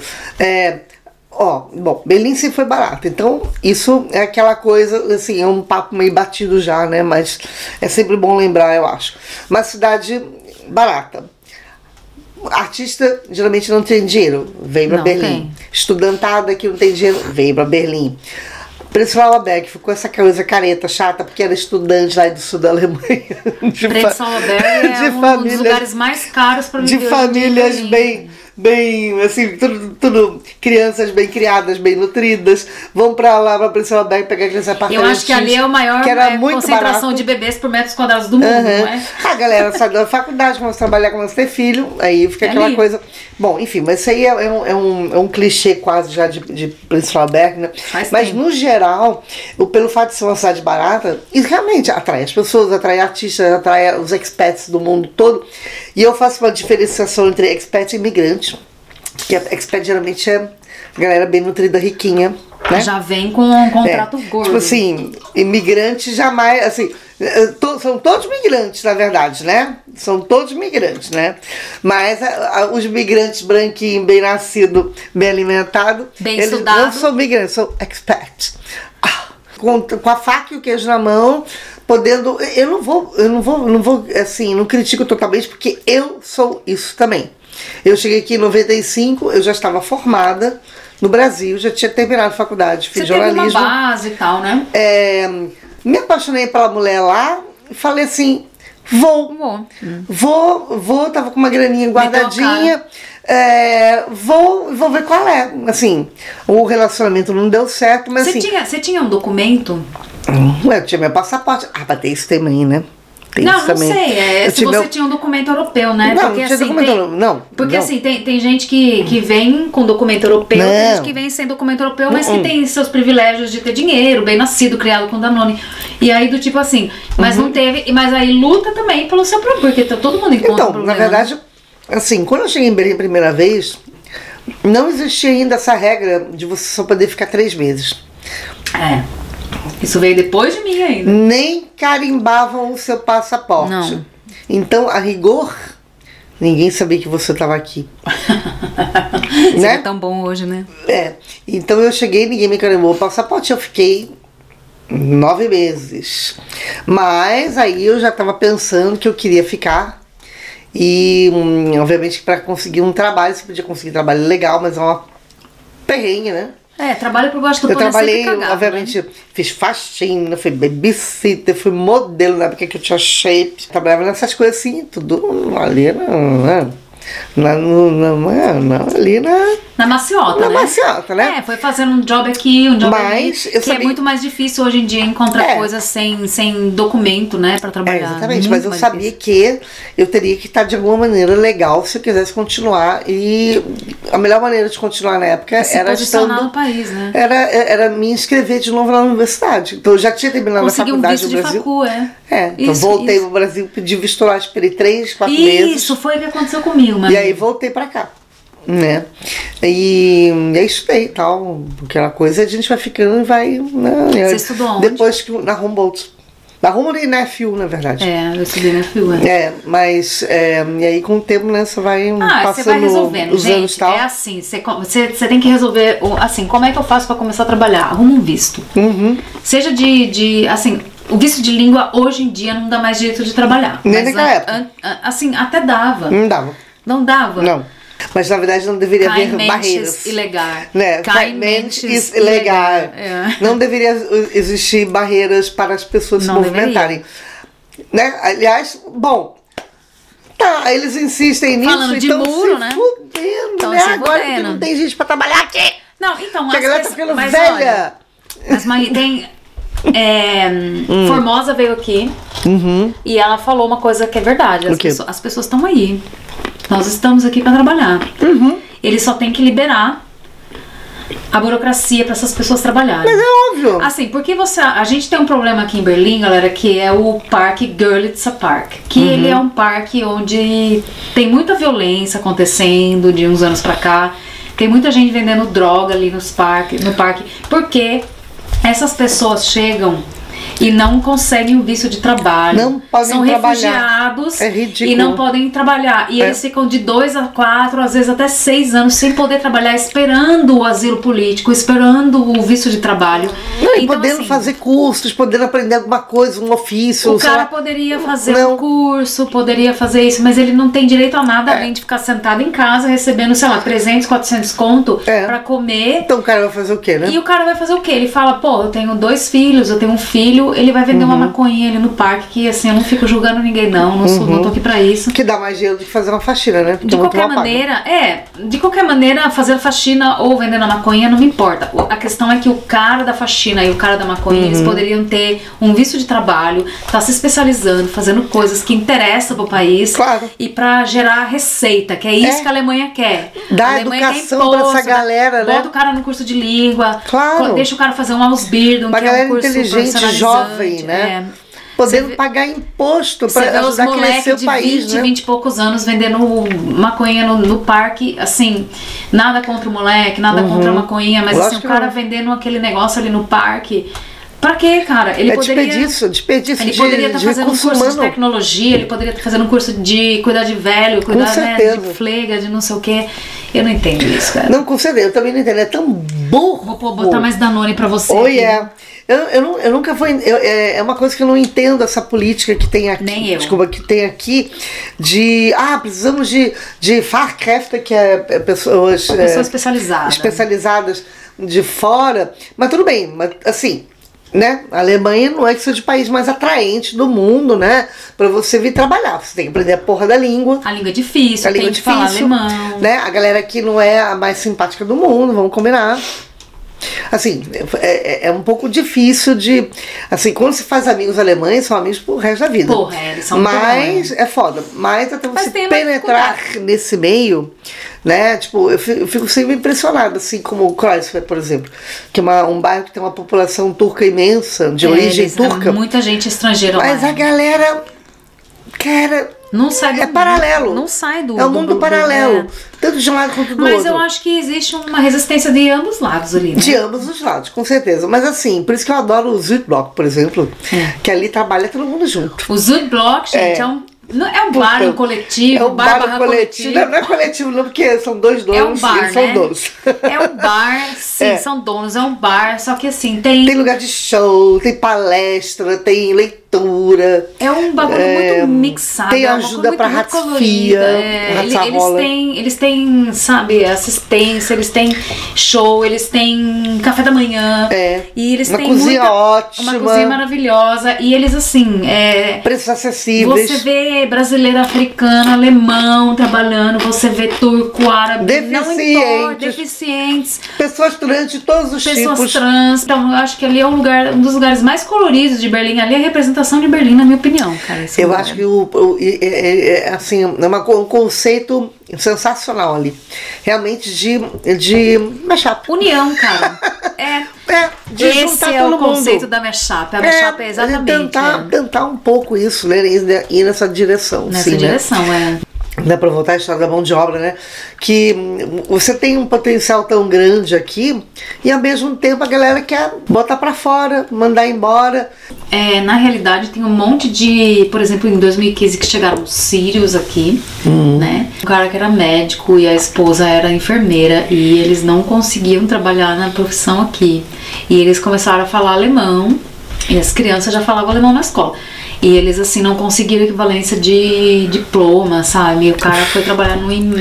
Berlim sempre foi barato. Então, isso é aquela coisa, assim, é um papo meio batido já, né? Mas é sempre bom lembrar, eu acho. Uma cidade barata. artista geralmente não tem dinheiro, vem pra Berlim. Tem. Estudantada que não tem dinheiro, vem pra Berlim. Prenzlauer Berg ficou essa coisa careta, chata, porque era estudante lá do sul da Alemanha. Prenzlauer Berg é um dos lugares mais caros para viver. De famílias bem, assim, tudo crianças bem criadas, bem nutridas, vão pra lá, pra Prenzlauer Berg pegar aqueles apartamentos. Eu acho que ali é o maior concentração barato. de bebês por metros quadrados do mundo, não é? A galera sai da faculdade, começa a trabalhar, começa a ter filho, aí fica aquela coisa... Bom, enfim, mas isso aí é um clichê quase já de Prenzlauer Berg, né? Mas no geral, pelo fato de ser uma cidade barata, isso realmente atrai as pessoas, atrai artistas, atrai os expats do mundo todo. E eu faço uma diferenciação entre expat e imigrante, que a expat geralmente é a galera bem nutrida, riquinha, né? Já vem com um contrato gordo. Tipo assim, imigrante jamais, assim, são todos migrantes, na verdade, né? São todos migrantes, né? Mas os migrantes branquinhos, bem nascidos, bem alimentados, bem eles estudados. Não são migrantes, são expats. Com a faca e o queijo na mão, podendo... Eu não vou, assim, não critico totalmente, porque eu sou isso também. Eu cheguei aqui em 95, eu já estava formada no Brasil, já tinha terminado a faculdade, fiz jornalismo. Você teve uma base e tal, né? Me apaixonei pela mulher lá e falei assim, vou, tava com uma graninha guardadinha, vou ver qual é. Assim, o relacionamento não deu certo, mas Você tinha um documento? Eu tinha meu passaporte. Mas tem isso também, né? Não sei, se você tinha um documento europeu, né? Não, porque não tinha assim, documento, porque assim, tem gente que vem com documento europeu, tem gente que vem sem documento europeu, mas que tem seus privilégios de ter dinheiro, bem nascido, criado com Danone. E aí do tipo assim, mas não teve, mas aí luta também pelo seu problema, porque todo mundo encontra um problema. Na verdade, assim, quando eu cheguei em Berlim a primeira vez, não existia ainda essa regra de você só poder ficar 3 meses. Isso veio depois de mim ainda. Nem carimbavam o seu passaporte. Não. Então, a rigor, ninguém sabia que você estava aqui. Isso é tão bom hoje, né? Então eu cheguei, ninguém me carimbou o passaporte, eu fiquei 9 meses. Mas aí eu já estava pensando que eu queria ficar. E, obviamente, para conseguir um trabalho, você podia conseguir trabalho legal, mas é uma perrengue, né? Trabalho por baixo do pano. Eu trabalhei, obviamente, fiz faxina, fui babysitter, fui modelo na época que eu tinha shape. Trabalhava nessas coisas assim, tudo ali ali na maciota, na maciota, né? Foi fazendo um job aqui, um job ali, que é muito mais difícil hoje em dia encontrar coisas sem documento, né, pra trabalhar. Exatamente, mas eu sabia que eu teria que estar de alguma maneira legal se eu quisesse continuar, e a melhor maneira de continuar na época era posicionar no país, né? Era me inscrever de novo na universidade. Então eu já tinha terminado a faculdade no Brasil. Então voltei pro Brasil, pedi visto lá, esperei 3, 4 meses. Isso foi o que aconteceu comigo, E aí voltei pra cá, né? E aí estudei e tal, aquela coisa, a gente vai ficando e vai... Né? Você estudou onde? Depois que na Humboldt. Na Humboldt e na FU, na verdade. Eu estudei na FU, mas e aí com o tempo, né, você vai passando você vai resolvendo. os anos e tal. É assim, você tem que resolver, assim, como é que eu faço pra começar a trabalhar? Arruma um visto. Seja assim, o visto de língua hoje em dia não dá mais direito de trabalhar. Nem naquela época. Assim, até dava. Não dava. Não dava? Não. Mas na verdade não deveria haver barreiras. Ilegal. Né? Kindmente ilegal. Não deveria existir barreiras para as pessoas se movimentarem. Né? Aliás, bom, eles insistem nisso. Falando de muro, né? Fudendo, né? Agora que não tem gente para trabalhar aqui. Não, então, que a galera tá ficando velha. Olha, mas tem... Formosa veio aqui e ela falou uma coisa que é verdade. As pessoas estão aí. Nós estamos aqui para trabalhar. Eles só tem que liberar a burocracia para essas pessoas trabalharem. Mas é óbvio. Assim, porque a gente tem um problema aqui em Berlim, galera, que é o parque Görlitzer Park. Que ele é um parque onde tem muita violência acontecendo de uns anos pra cá. Tem muita gente vendendo droga ali no parque. Porque essas pessoas chegam e não conseguem o visto de trabalho. Não podem São trabalhar. refugiados É ridículo. e não podem trabalhar. E eles ficam de 2 a 4, às vezes até 6 anos sem poder trabalhar, esperando o asilo político, esperando o visto de trabalho. Não, e então, podendo assim, fazer cursos, podendo aprender alguma coisa, um ofício. o cara poderia fazer um curso, poderia fazer isso, mas ele não tem direito a nada além de ficar sentado em casa recebendo, sei lá, 300, 400 conto pra comer. Então o cara vai fazer o quê, né? E o cara vai fazer o quê? Ele fala, pô, eu tenho 2 filhos, eu tenho um filho, ele vai vender uma maconhinha ali no parque, que assim, eu não fico julgando ninguém não tô aqui pra isso. Que dá mais dinheiro do que fazer uma faxina, né? Porque De qualquer maneira, fazer faxina ou vender a maconha não me importa. A questão é que o cara da faxina e o cara da maconha, eles poderiam ter um visto de trabalho, tá se especializando, fazendo coisas que interessam pro país e pra gerar receita, que é isso que a Alemanha quer. Dá educação pra essa galera, né? Bota o cara no curso de língua, Claro. deixa o cara fazer um Ausbildung, Uma que é galera um curso inteligente, jovem, né? Podendo pagar imposto para ajudar a crescer o país, de 20 e poucos anos vendendo maconha no parque, assim, nada contra o moleque, nada contra a maconha, mas assim, o cara vendendo aquele negócio ali no parque. Pra quê, cara? Ele poderia desperdício ele poderia estar fazendo um curso de tecnologia, ele poderia estar fazendo um curso de cuidar de velho, cuidar, né, de flega, de não sei o quê. Eu não entendo isso, cara. Não, com certeza, eu também não entendo. É tão burro. Vou botar mais Danone pra você. Eu nunca fui. É uma coisa que eu não entendo, essa política que tem aqui. Nem eu. Desculpa, que tem aqui de. Precisamos de Fachkräfte, que é pessoas especializadas de fora. Mas tudo bem, mas assim. Né? A Alemanha não é que seja o país mais atraente do mundo, né? Pra você vir trabalhar. Você tem que aprender a porra da língua. A língua é difícil, tem que falar alemão. Né? A galera aqui não é a mais simpática do mundo, vamos combinar. Assim, é um pouco difícil de... Assim, quando se faz amigos alemães, são amigos pro resto da vida. Porra, eles são Mas é foda. Mas até você penetrar nesse meio, né? Tipo, eu fico sempre impressionada, assim, como o Kreuzberg, por exemplo, que é um bairro que tem uma população turca imensa, de origem turca. Muita gente estrangeira lá. Mas a galera, cara... Não sai do paralelo. Não sai do... É um mundo paralelo. Tanto de um lado quanto do outro. Mas eu acho que existe uma resistência de ambos os lados ali, né? De ambos os lados, com certeza. Mas assim, por isso que eu adoro o Südblock, por exemplo. Que ali trabalha todo mundo junto. O Südblock, gente, é um bar, um coletivo. É um bar coletivo. Não é coletivo não, porque são dois donos. É um bar, eles são donos. É um bar, sim, são donos. É um bar, só que assim, tem lugar de show, tem palestra, tem leitura. É um bagulho muito mixado. Tem ajuda pra ratifia. Eles têm, sabe, assistência, eles têm show, eles têm café da manhã. E eles têm cozinha ótima. Uma cozinha maravilhosa. E eles, assim, preços acessíveis. Você vê brasileiro, africano, alemão trabalhando, você vê turco, árabe, deficientes. Pessoas trans de todos os tipos. Pessoas trans. Então, eu acho que ali é um dos lugares mais coloridos de Berlim. Ali é a representação de Berlim, na minha opinião, cara. Eu acho que assim, é um conceito sensacional ali. Realmente de mashup. União, cara. Esse é o conceito da mashup. A mashup é exatamente. Tentar um pouco isso, né? Ir nessa direção. Nessa direção, Né, para voltar à história da mão de obra, né? Que você tem um potencial tão grande aqui e ao mesmo tempo a galera quer botar para fora, mandar embora. Na realidade tem um monte de, por exemplo, em 2015 que chegaram sírios aqui, né? Um cara que era médico e a esposa era enfermeira e eles não conseguiam trabalhar na profissão aqui. E eles começaram a falar alemão e as crianças já falavam alemão na escola. E eles, assim, não conseguiram equivalência de diploma, sabe? E o cara foi trabalhar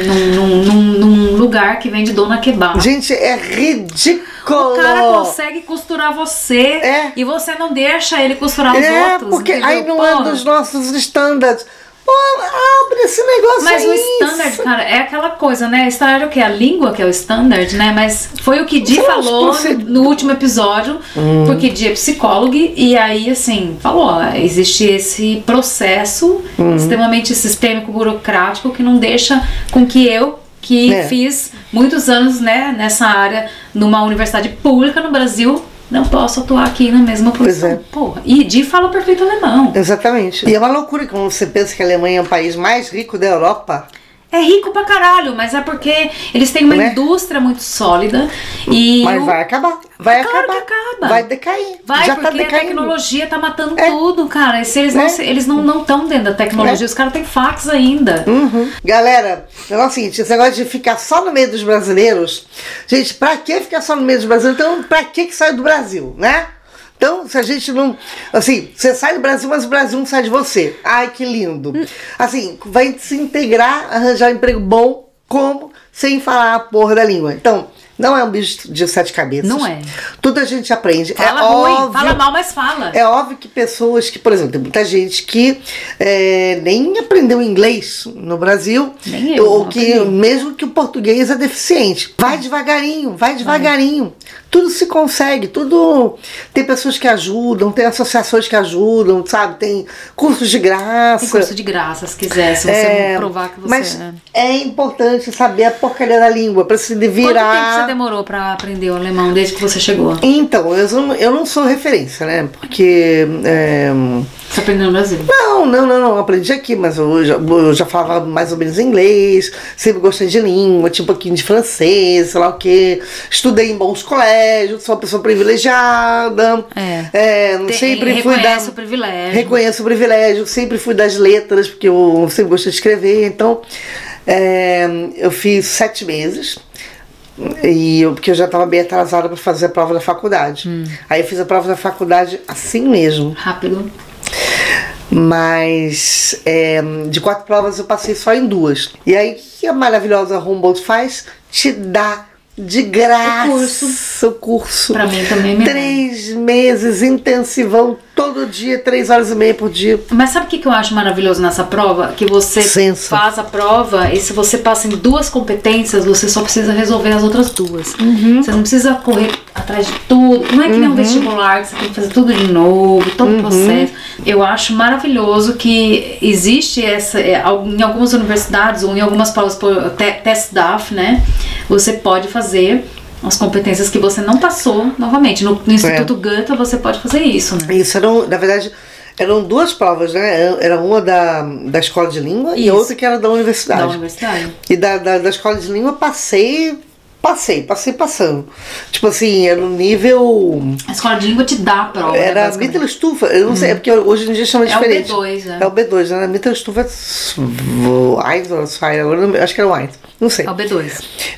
num lugar que vende dona kebab. Gente, é ridículo! O cara consegue costurar você e você não deixa ele costurar os outros. Porque entendeu? aí não é dos nossos estándares. Pô, abre esse negócio. Mas o standard, cara, é aquela coisa, né? Standard é o quê? A língua que é o standard, né? Mas foi o que Di falou no último episódio, porque Di é psicólogo e aí, assim, falou, ó, existe esse processo extremamente sistêmico, burocrático, que não deixa com que eu, fiz muitos anos, né, nessa área, numa universidade pública no Brasil, não posso atuar aqui na mesma profissão. Porra. E Di fala perfeito alemão. Exatamente. E é uma loucura quando você pensa que a Alemanha é o país mais rico da Europa. É rico pra caralho, mas é porque eles têm uma indústria muito sólida e... Mas vai acabar. Vai claro acabar. Que acaba. Vai decair. Vai, já porque tá decaindo. A tecnologia tá matando tudo, cara. E se eles não estão dentro da tecnologia, os caras têm fax ainda. Galera, o negócio é o seguinte, esse negócio de ficar só no meio dos brasileiros, gente, pra que ficar só no meio dos brasileiros? Então, pra que sai do Brasil, né? Então, se a gente não... Assim, você sai do Brasil, mas o Brasil não sai de você. Ai, que lindo. Assim, vai se integrar, arranjar um emprego bom, como? Sem falar a porra da língua. Então, não é um bicho de 7 cabeças. Não é. Tudo a gente aprende. Fala ruim, óbvio, fala mal, mas fala. É óbvio que pessoas que, por exemplo, tem muita gente que nem aprendeu inglês no Brasil. Nem eu. Ou que, mesmo que o português é deficiente. Vai devagarinho, vai devagarinho. Tudo se consegue, tudo... Tem pessoas que ajudam, tem associações que ajudam, sabe? Tem cursos de graça. Tem curso de graça, se quiser, se você provar que você... Mas é importante saber a porcaria da língua, pra se virar... Quanto tempo você demorou pra aprender o alemão desde que você chegou? Então, eu não sou referência, né? Porque... Você aprendeu no Brasil? Não, aprendi aqui, mas eu já falava mais ou menos inglês, sempre gostei de língua, tinha um pouquinho de francês, sei lá o quê. Estudei em bons colégios, sou uma pessoa privilegiada. Sempre fui Reconheço o privilégio. Reconheço o privilégio, sempre fui das letras, porque eu sempre gostei de escrever. Então, eu fiz 7 meses. Porque eu já estava bem atrasada para fazer a prova da faculdade. Aí eu fiz a prova da faculdade assim mesmo. Rápido. Mas de 4 provas eu passei só em 2. E aí o que a maravilhosa Humboldt faz? Te dá de graça o curso. Pra mim também mesmo. 3 meses intensivão, todo dia, 3 horas e meia por dia. Mas sabe o que eu acho maravilhoso nessa prova? Que você faz a prova e se você passa em 2 competências, você só precisa resolver as outras 2. Você não precisa correr atrás de tudo. Não é que nem um vestibular, que você tem que fazer tudo de novo, todo o processo. Eu acho maravilhoso que existe em algumas universidades ou em algumas provas por test DAF, né? Você pode fazer as competências que você não passou novamente. No Instituto Goethe você pode fazer isso, né? Isso, na verdade, eram 2 provas, né? Era uma da escola de língua e outra que era da universidade. Da universidade. E da escola de língua passei passando. Tipo assim, era no nível... A escola de língua te dá a prova. Era a Mittelstufe, eu não sei, é porque hoje em dia chama diferente. É o B2, né? É o B2, né? A Mittelstufe é agora acho que era o 1, não sei. É o B2.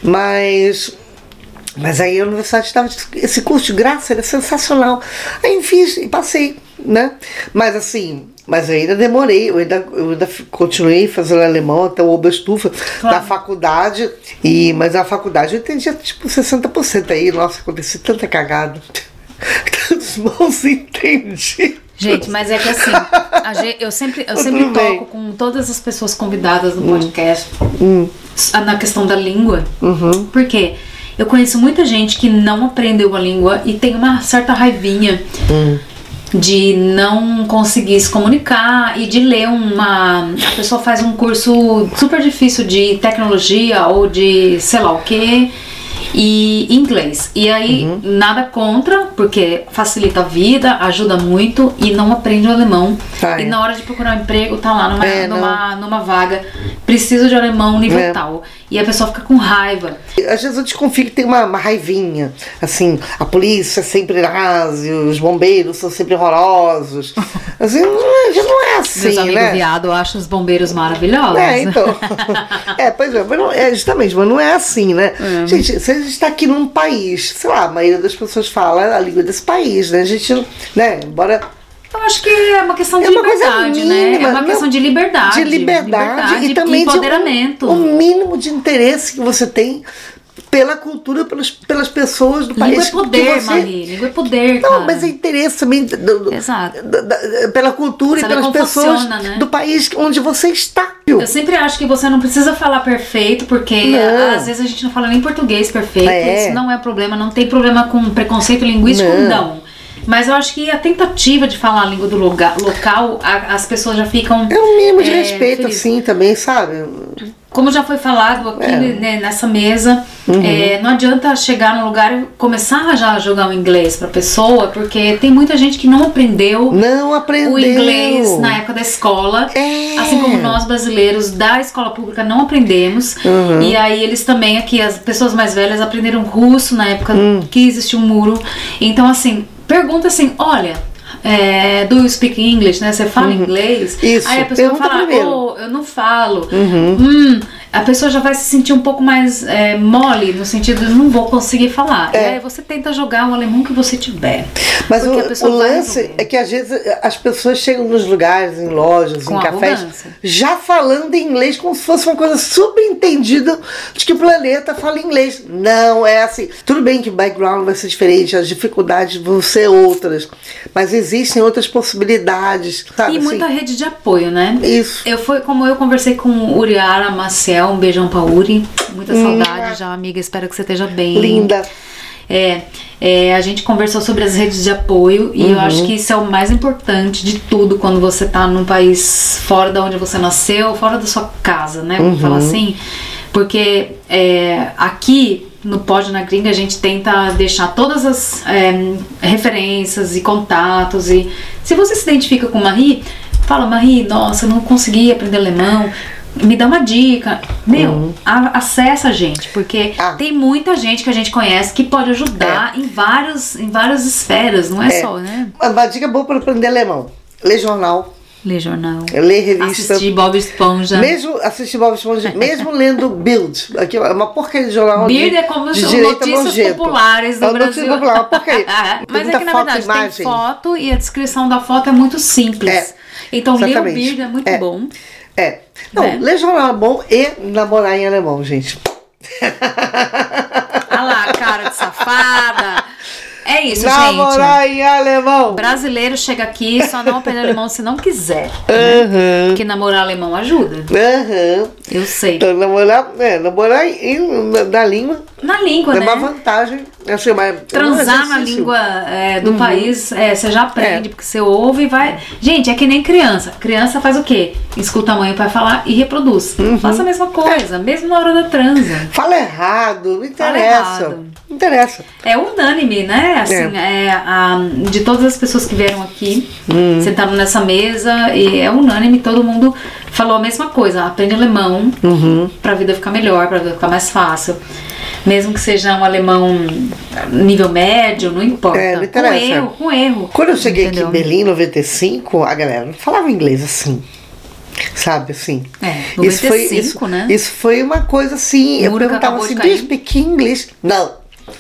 Mas aí a universidade estava... Esse curso de graça era sensacional. Aí eu fiz e passei, né? Mas assim... Mas eu ainda demorei, eu ainda continuei fazendo alemão até o Oberstufe da faculdade. Mas na faculdade eu entendia tipo 60% aí. Nossa, aconteceu tanta cagada. Tantos mãos entendi. Gente, mas é que assim, eu sempre toco com todas as pessoas convidadas no podcast na questão da língua. Por quê? Eu conheço muita gente que não aprendeu a língua e tem uma certa raivinha de não conseguir se comunicar e de ler a pessoa faz um curso super difícil de tecnologia ou de sei lá o que e inglês. E aí nada contra, porque facilita a vida, ajuda muito e não aprende o alemão. E na hora de procurar um emprego, tá lá numa vaga, preciso de alemão nível tal. E a pessoa fica com raiva. Às vezes eu desconfio que tem uma raivinha. Assim, a polícia é sempre nazi, os bombeiros são sempre horrorosos. Assim, não é assim, meus amigos viado, eu acho os bombeiros maravilhosos. Então. Pois é, mas não, justamente, mas não é assim, né? Gente, se a gente está aqui num país, sei lá, a maioria das pessoas fala a língua desse país, né? A gente, né, embora... Eu acho que é uma questão de liberdade, né? É uma questão de liberdade. De liberdade e também de empoderamento. O mínimo de interesse que você tem pela cultura, pelas pessoas do país. Língua é poder, Marie. Língua é poder, cara. Não, mas é interesse também Exato. Pela cultura e pelas pessoas funciona, né? Do país onde você está. Eu sempre acho que você não precisa falar perfeito, porque às vezes a gente não fala nem português perfeito. Isso não é problema. Não tem problema com preconceito linguístico, não. Mas eu acho que a tentativa de falar a língua do local, as pessoas já ficam... É um mínimo de respeito, felizes. Assim, também, sabe? como já foi falado aqui né, nessa mesa, não adianta chegar num lugar e começar já a jogar o inglês pra pessoa, porque tem muita gente que não aprendeu o inglês na época da escola, assim como nós brasileiros da escola pública não aprendemos, e aí eles também aqui, as pessoas mais velhas aprenderam russo na época que existia um muro. Então assim, pergunta assim, olha, do you speak English, né? Você fala inglês? Isso. Aí a pessoa fala, eu não falo. A pessoa já vai se sentir um pouco mais mole, no sentido de não vou conseguir falar. E aí você tenta jogar o alemão que você tiver. Mas o lance é que às vezes as pessoas chegam nos lugares, em lojas, em cafés, já falando inglês como se fosse uma coisa subentendida de que o planeta fala inglês. Não é assim. Tudo bem que o background vai ser diferente, as dificuldades vão ser outras, mas existem outras possibilidades, sabe? E muita rede de apoio, né? Isso. Como eu conversei com Uriara Maciel, um beijão pra Uri, muita saudade já, amiga, espero que você esteja bem. Linda. A gente conversou sobre as redes de apoio e eu acho que isso é o mais importante de tudo quando você tá num país fora da onde você nasceu, fora da sua casa, né? Vamos falar assim. Porque aqui no Pod na Gringa a gente tenta deixar todas as referências e contatos, e se você se identifica com Marie, fala, Marie, nossa, eu não consegui aprender alemão, me dá uma dica. Acessa a gente, porque tem muita gente que a gente conhece que pode ajudar em várias esferas, não é só, né? Uma dica boa para aprender alemão: ler jornal. Ler jornal. Ler revista. Assistir Bob Esponja. Assistir Bob Esponja, mesmo lendo Bild. Aqui é uma porcaria de jornal. Bild é como de notícias populares do Brasil. Notícia popular, uma porcaria. Mas é que na verdade tem foto e a descrição da foto é muito simples. Então ler o Bild é muito bom. Não, ler jornal é bom e namorar em alemão, gente. Olha lá, cara de safada. É isso, namorar gente. em alemão. Brasileiro chega aqui, só não aprende alemão se não quiser. Porque namorar alemão ajuda. Eu sei. Então, namorar na língua. Na língua, né? É uma vantagem. Assim, transar na língua do país, você já aprende, porque você ouve e vai. Gente, é que nem criança. Criança faz o quê? Escuta a mãe e o pai falar e reproduz. Faça a mesma coisa, mesmo na hora da transa. Fala errado, não interessa. Não interessa. É unânime, né? Assim, de todas as pessoas que vieram aqui, sentaram nessa mesa, e é unânime, todo mundo falou a mesma coisa. Aprende alemão pra vida ficar melhor, pra vida ficar mais fácil. Mesmo que seja um alemão nível médio, não importa. Não interessa. Com erro. Quando eu cheguei aqui em Berlim, em 95, a galera não falava inglês assim. Sabe, assim. 95, né? Isso foi uma coisa assim. Eu perguntava assim, do you speak English? Não.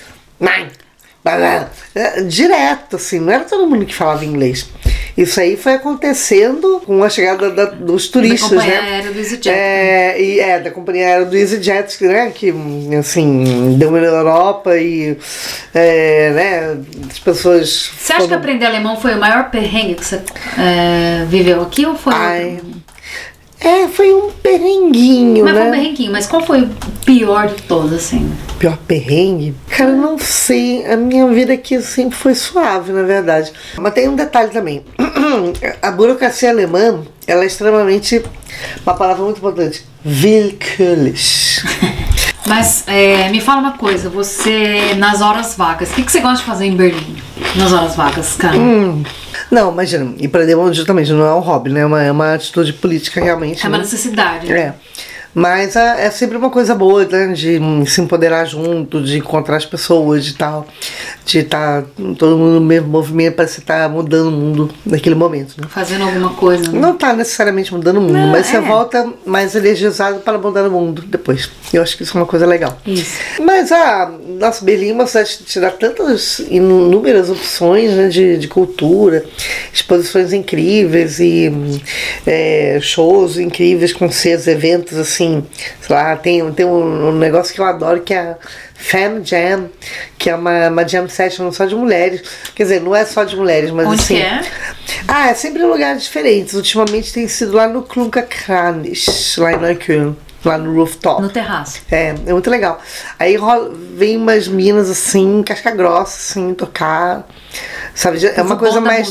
Direto, assim. Não era todo mundo que falava inglês. Isso aí foi acontecendo com a chegada dos turistas, da companhia aérea do EasyJet. Da companhia aérea do EasyJet, né? Que, assim, deu na Europa e, né, as pessoas... Você acha que aprender alemão foi o maior perrengue que você viveu aqui ou foi foi um perrenguinho, né? Foi um perrenguinho, mas qual foi o pior de todos, assim? Pior perrengue? Cara, eu não sei. A minha vida aqui sempre foi suave, na verdade. Mas tem um detalhe também. A burocracia alemã, ela é extremamente... Uma palavra muito importante. Willkürlich. Mas me fala uma coisa. Você, nas horas vagas, o que você gosta de fazer em Berlim? Nas horas vagas, cara? Não, imagina, ir para alemão justamente não é um hobby, né? É uma atitude política realmente. É uma necessidade. Mas é sempre uma coisa boa, né? De se empoderar junto, de encontrar as pessoas e tal. De estar todo mundo no mesmo movimento, para você estar mudando o mundo naquele momento, né? Fazendo alguma coisa, né? Não está necessariamente mudando o mundo, mas você volta mais energizado para mudar o mundo depois. Eu acho que isso é uma coisa legal. Isso. Mas nossa, Berlim é uma cidade que te dá tantas inúmeras opções, né, de cultura, exposições incríveis e shows incríveis, concertos, eventos assim, sei lá, tem um negócio que eu adoro que é a Femme Jam, que é uma jam session só de mulheres. Quer dizer, não é só de mulheres, mas onde assim... que é? É sempre em lugares diferentes. Ultimamente tem sido lá no Klunkerkranich, lá em Neukölln. Lá no rooftop. No terraço. É muito legal. Aí vem umas minas assim, casca grossa, assim, tocar. Sabe? É uma coisa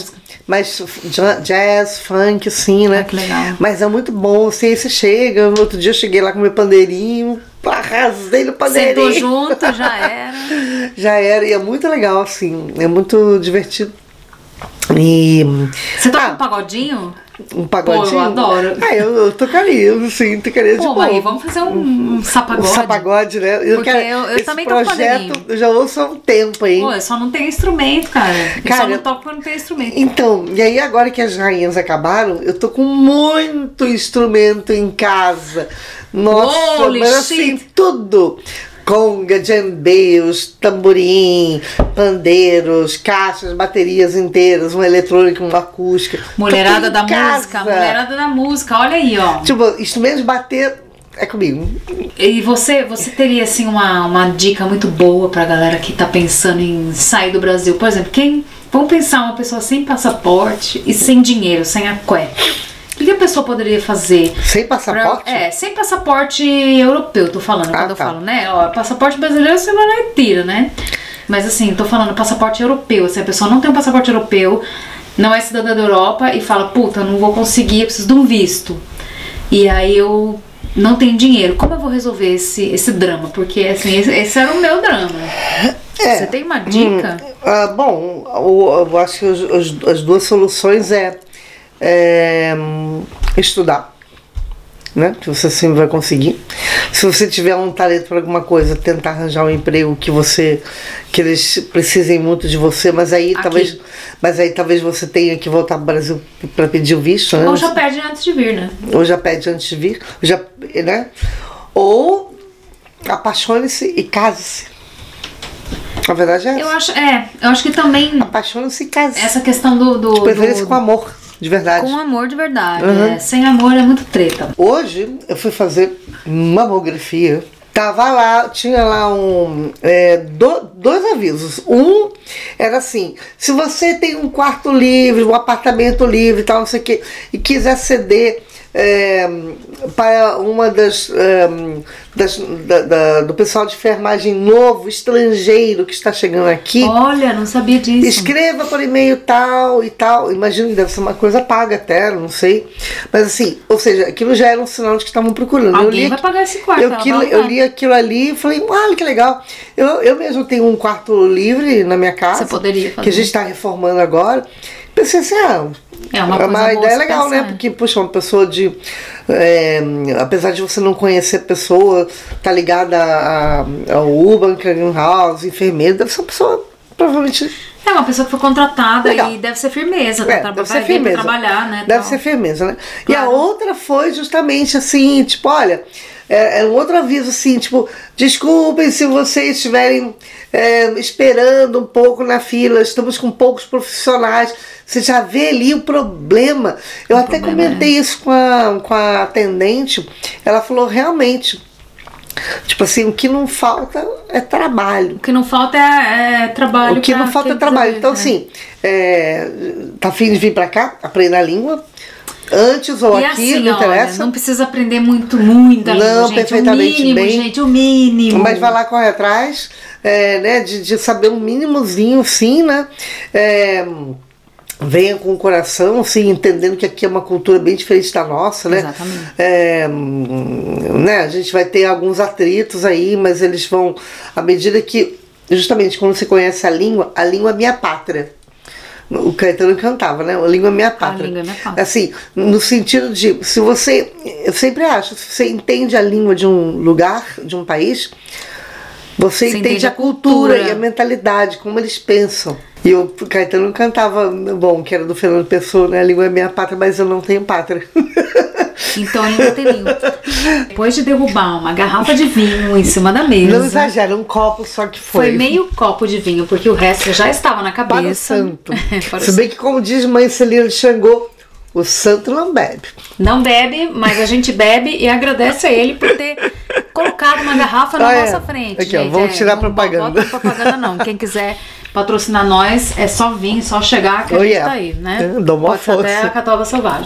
mais jazz, funk, assim, né? Que legal. Mas é muito bom, assim, aí você chega, no outro dia eu cheguei lá com meu pandeirinho, arrasei no pandeirinho. Sentou junto, já era. Já era, e é muito legal, assim, é muito divertido. E... Você toca um pagodinho? Um pagodinho? Pô, eu adoro. Eu tocaria, sim, tocaria de boa. Pô, Maria, vamos fazer um sapagode. Um sapagode, né? Porque eu também toco projeto, eu já ouço há um tempo, hein? Pô, eu só não tenho instrumento, cara. Eu só não toco porque eu não tenho instrumento. Então, e aí agora que as rainhas acabaram, eu tô com muito instrumento em casa. Nossa, Holy mas assim, tudo. Conga, djembeiros, tamborim, pandeiros, caixas, baterias inteiras, uma eletrônica, uma acústica. Mulherada da música, mulherada da música, olha aí, ó. Tipo, instrumento de bater é comigo. E você teria, assim, uma dica muito boa pra galera que tá pensando em sair do Brasil? Por exemplo, vamos pensar uma pessoa sem passaporte e sem dinheiro, sem a cueca. O que a pessoa poderia fazer? Sem passaporte? Sem passaporte europeu, tô falando. Quando eu falo, né? Ó, passaporte brasileiro você vai lá e tira, né? Mas assim, tô falando passaporte europeu. Se a pessoa não tem um passaporte europeu, não é cidadã da Europa e fala, puta, não vou conseguir, eu preciso de um visto. E aí eu não tenho dinheiro. Como eu vou resolver esse drama? Porque assim, esse era o meu drama. Você tem uma dica? Bom, eu acho que as duas soluções é estudar, né? Que você sempre vai conseguir. Se você tiver um talento para alguma coisa, tentar arranjar um emprego que eles precisem muito de você, mas aí talvez você tenha que voltar para o Brasil para pedir o visto, né? Ou já pede antes de vir, né? Ou já pede antes de vir, né? Ou apaixone-se e case-se. A verdade é essa. Eu acho que também apaixone-se e case-se. Essa questão do preferência com amor. De verdade. Com amor de verdade. Uhum. Sem amor é muito treta. Hoje eu fui fazer mamografia. Tava lá, tinha lá dois avisos. Um era assim: se você tem um quarto livre, um apartamento livre e tal, não sei o que, e quiser ceder para uma do pessoal de enfermagem novo, estrangeiro que está chegando aqui. Olha, não sabia disso. Escreva por e-mail tal e tal. Imagino que deve ser uma coisa paga até, não sei. Mas assim, ou seja, aquilo já era um sinal de que estavam procurando. Alguém vai pagar esse quarto. Eu li aquilo ali e falei, olha que legal. Eu mesmo tenho um quarto livre na minha casa. Você poderia fazer. Que a gente está reformando agora. Pensei assim, é uma ideia legal, né? Porque, puxa, uma pessoa apesar de você não conhecer a pessoa, tá ligada ao Urban, Clearing House, enfermeiro, deve ser uma pessoa, provavelmente... É uma pessoa que foi contratada legal. E deve ser firmeza, deve ser firmeza. Pra trabalhar, né? Deve ser firmeza, né? Claro. E a outra foi justamente assim, tipo, olha... É um outro aviso assim, tipo, desculpem se vocês estiverem esperando um pouco na fila, estamos com poucos profissionais. Você já vê ali o problema. Eu até comentei isso com a atendente. Ela falou, realmente, tipo assim, o que não falta é trabalho. O que não falta é trabalho. O que não falta é trabalho. Então, assim, tá afim de vir pra cá, aprender a língua. Antes ou e aqui, assim, não interessa. Olha, não precisa aprender muito língua, gente. Perfeitamente o mínimo, bem. Gente, o mínimo. Mas vai lá, corre atrás, né, de saber um mínimozinho, sim, né? Venha com o coração, assim, entendendo que aqui é uma cultura bem diferente da nossa, né? Exatamente. Né, a gente vai ter alguns atritos aí, mas eles vão, à medida que, justamente, quando você conhece a língua é minha pátria. O Caetano cantava, né? A língua é minha pátria. A língua é minha pátria. Assim, no sentido de, eu sempre acho, se você entende a língua de um lugar, de um país, você entende a cultura e a mentalidade, como eles pensam. E o Caetano cantava, bom, que era do Fernando Pessoa, né? A língua é minha pátria, mas eu não tenho pátria. Então ele não tem língua. Depois de derrubar uma garrafa de vinho em cima da mesa. Não exagera, um copo só que foi. Foi meio copo de vinho, porque o resto já estava na cabeça. Para o santo. Se bem que, como diz mãe Celina de Xangô, o santo não bebe. Não bebe, mas a gente bebe e agradece a ele por ter colocado uma garrafa na nossa frente. Aqui, gente, vamos tirar propaganda. Não bota propaganda não. Quem quiser patrocinar nós, é só vir, só chegar que a gente tá aí, né? Dá uma Pode força. ser até a Catuaba Selvagem.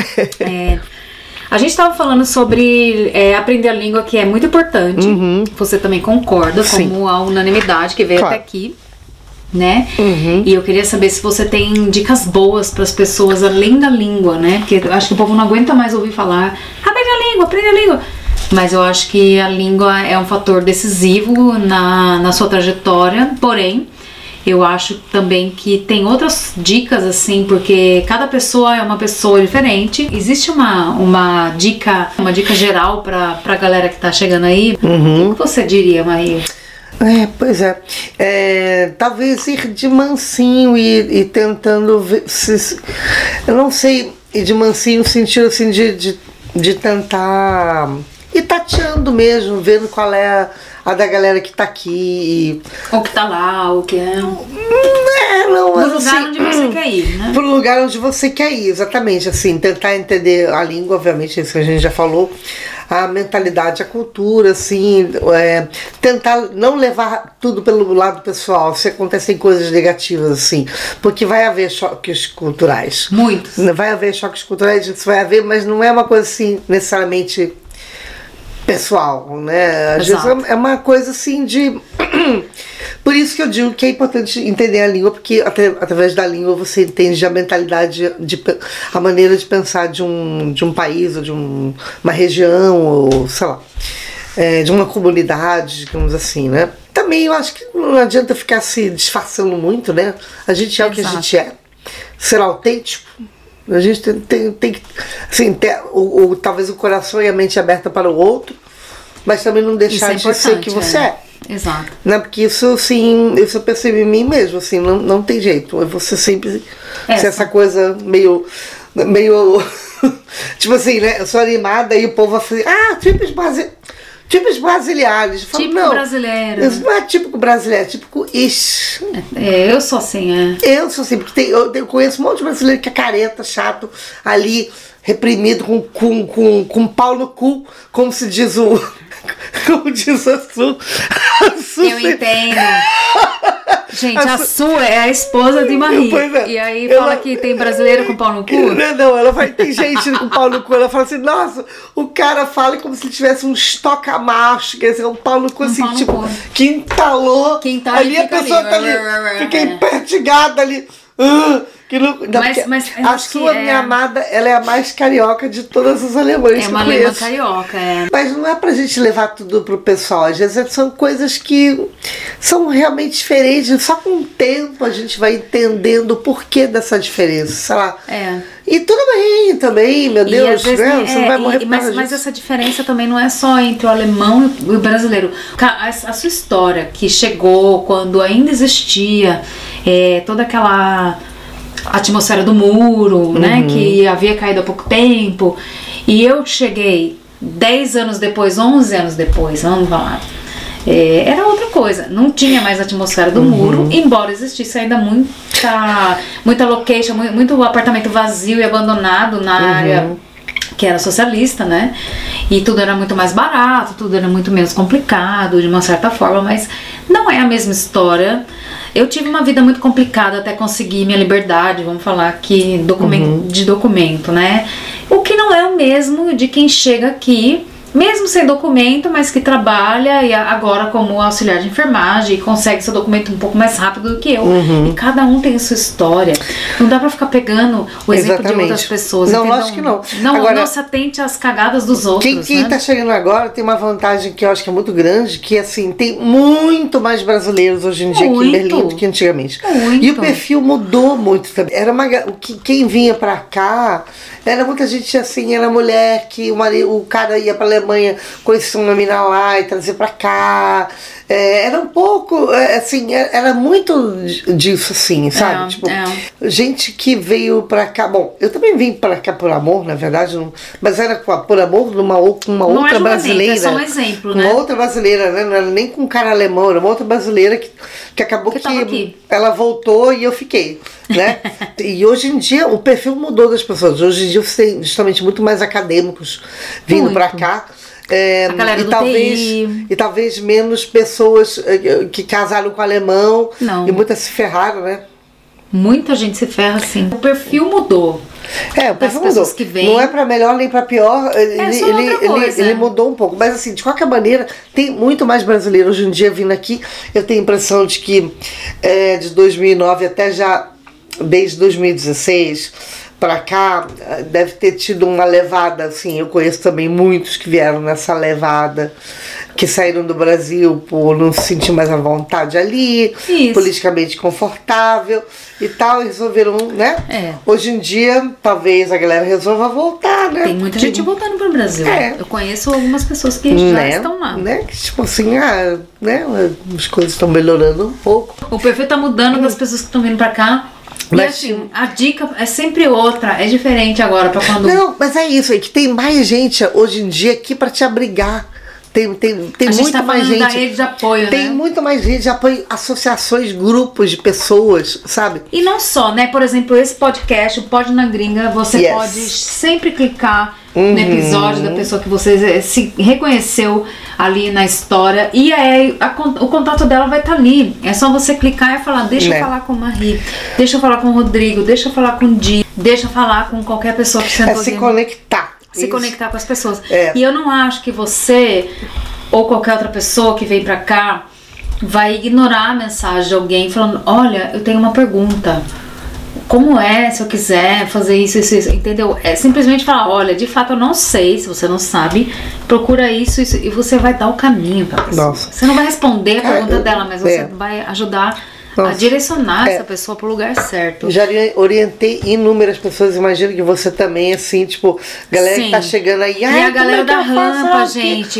A gente estava falando sobre aprender a língua, que é muito importante. Você também concorda, como a unanimidade que veio até aqui. né? E eu queria saber se você tem dicas boas para as pessoas além da língua, né? Porque eu acho que o povo não aguenta mais ouvir falar aprende a língua. Mas eu acho que a língua é um fator decisivo na sua trajetória, porém eu acho também que tem outras dicas, assim, porque cada pessoa é uma pessoa diferente. Existe uma dica geral pra galera que tá chegando aí? O que você diria, Maria? Pois é. Talvez ir de mansinho e tentando ver se, eu não sei, ir de mansinho no sentido assim de tentar ir tateando mesmo, vendo qual é a da galera que tá aqui. Ou que tá lá, ou que é. Não, no lugar onde você quer ir, né? Pro lugar onde você quer ir, exatamente. Assim, tentar entender a língua, obviamente, isso que a gente já falou, a mentalidade, a cultura, assim, tentar não levar tudo pelo lado pessoal, se acontecem coisas negativas, assim, porque vai haver choques culturais. Muitos. Vai haver choques culturais, isso vai haver, mas não é uma coisa assim, necessariamente pessoal, né? Às vezes é uma coisa assim de... Por isso que eu digo que é importante entender a língua, porque através da língua você entende a mentalidade, a maneira de pensar de um país, ou de uma região, ou sei lá, de uma comunidade, digamos assim, né? Também eu acho que não adianta ficar se disfarçando muito, né? A gente é o que a gente é. Ser autêntico. A gente tem que, assim, ter talvez o coração e a mente aberta para o outro, mas também não deixar de ser o que você é. Exato. Né? Porque isso, assim, isso eu percebi em mim mesmo, assim, não tem jeito. Você sempre ser essa coisa meio tipo assim, né? Eu sou animada e o povo vai falar, típicos brasileiros. Típico brasileiro. Isso não é típico brasileiro, é típico isso. Eu sou assim, Eu sou assim, porque eu conheço um monte de brasileiro que é careta, chato, ali, reprimido, com pau no cu, como se diz como diz a Su. Eu entendo. Gente, a Su é a esposa de Marie. E aí fala que tem brasileiro com pau no cu? Não, ela vai ter gente com pau no cu. Ela fala assim, nossa, o cara fala como se ele tivesse um estoca macho, quer dizer, um pau no cu, assim, tipo, que entalou. Ali a pessoa tá ali, fica empertigada ali. Mas a sua, minha amada, ela é a mais carioca de todas as alemães que eu conheço. É uma alemã carioca, Mas não é pra gente levar tudo pro pessoal. Às vezes são coisas que são realmente diferentes. Só com o tempo a gente vai entendendo o porquê dessa diferença, sei lá. E tudo bem também, meu Deus, vezes, né? Você não vai morrer por causa disso. Mas essa diferença também não é só entre o alemão e o brasileiro. A sua história, que chegou quando ainda existia toda aquela atmosfera do muro, né, que havia caído há pouco tempo, e eu cheguei 10 anos depois, 11 anos depois, vamos falar, era outra coisa, não tinha mais a atmosfera do muro, embora existisse ainda muita location, muito apartamento vazio e abandonado na área que era socialista, né, e tudo era muito mais barato, tudo era muito menos complicado de uma certa forma, mas não é a mesma história. Eu tive uma vida muito complicada até conseguir minha liberdade, vamos falar aqui, de documento, né? O que não é o mesmo de quem chega aqui, mesmo sem documento, mas que trabalha e agora como auxiliar de enfermagem e consegue seu documento um pouco mais rápido do que eu. E cada um tem a sua história. Não dá pra ficar pegando o exemplo de outras pessoas. Não, lógico que não. Agora, não se atente às cagadas dos outros. Quem tá chegando agora tem uma vantagem que eu acho que é muito grande, que assim, tem muito mais brasileiros hoje em dia aqui em Berlim do que antigamente. E o perfil mudou muito também. Quem vinha pra cá, era muita gente assim, era mulher que o cara ia pra Alemanha, conhecia uma mina lá e trazia pra cá. Era um pouco, assim, era muito disso, assim, sabe? Gente que veio pra cá. Bom, eu também vim pra cá por amor, na verdade, mas era por amor de uma outra brasileira. É só um exemplo, né? Uma outra brasileira, né? Não era nem com um cara alemão, era uma outra brasileira que acabou que ela voltou e eu fiquei, né? E hoje em dia o perfil mudou das pessoas. Hoje em dia você tem justamente muito mais acadêmicos vindo pra cá. A galera do TI. E talvez menos pessoas que casaram com alemão. Não. E muitas se ferraram, né? Muita gente se ferra assim. O perfil mudou. O perfil mudou. Que vêm. Não é pra melhor nem pra pior. Ele mudou um pouco. Mas assim, de qualquer maneira, tem muito mais brasileiro hoje em dia vindo aqui. Eu tenho a impressão de que de 2009 até já, desde 2016 para cá, deve ter tido uma levada, assim, eu conheço também muitos que vieram nessa levada, que saíram do Brasil por não se sentir mais à vontade ali, politicamente confortável e tal, e resolveram, né? Hoje em dia, talvez a galera resolva voltar, né? Tem muita gente voltando para o Brasil. Eu conheço algumas pessoas que já estão lá. Né? Que, tipo assim, as coisas estão melhorando um pouco. O perfil tá mudando das pessoas que estão vindo para cá. E assim, a dica é sempre outra, é diferente agora pra quando... Não, mas é isso, é que tem mais gente hoje em dia aqui pra te abrigar. Tem muito mais gente. Da rede de apoio, tem muito mais rede de apoio, associações, grupos de pessoas, sabe? E não só, né? Por exemplo, esse podcast, o Pod na Gringa, você pode sempre clicar no episódio da pessoa que você se reconheceu ali na história. E aí o contato dela vai estar ali. É só você clicar e falar, deixa eu falar com o Marie, deixa eu falar com o Rodrigo, deixa eu falar com o Di, deixa eu falar com qualquer pessoa que você se conectar. Se conectar com as pessoas. E eu não acho que você ou qualquer outra pessoa que vem pra cá vai ignorar a mensagem de alguém falando, olha, eu tenho uma pergunta, como é se eu quiser fazer isso, entendeu? É simplesmente falar, olha, de fato eu não sei, se você não sabe, procura isso e você vai dar o caminho pra pessoa. Nossa. Você não vai responder a pergunta dela, mas você vai ajudar a direcionar essa pessoa pro lugar certo. Já orientei inúmeras pessoas, imagino que você também, assim, tipo, galera que tá chegando aí. E a galera da Rampa, gente.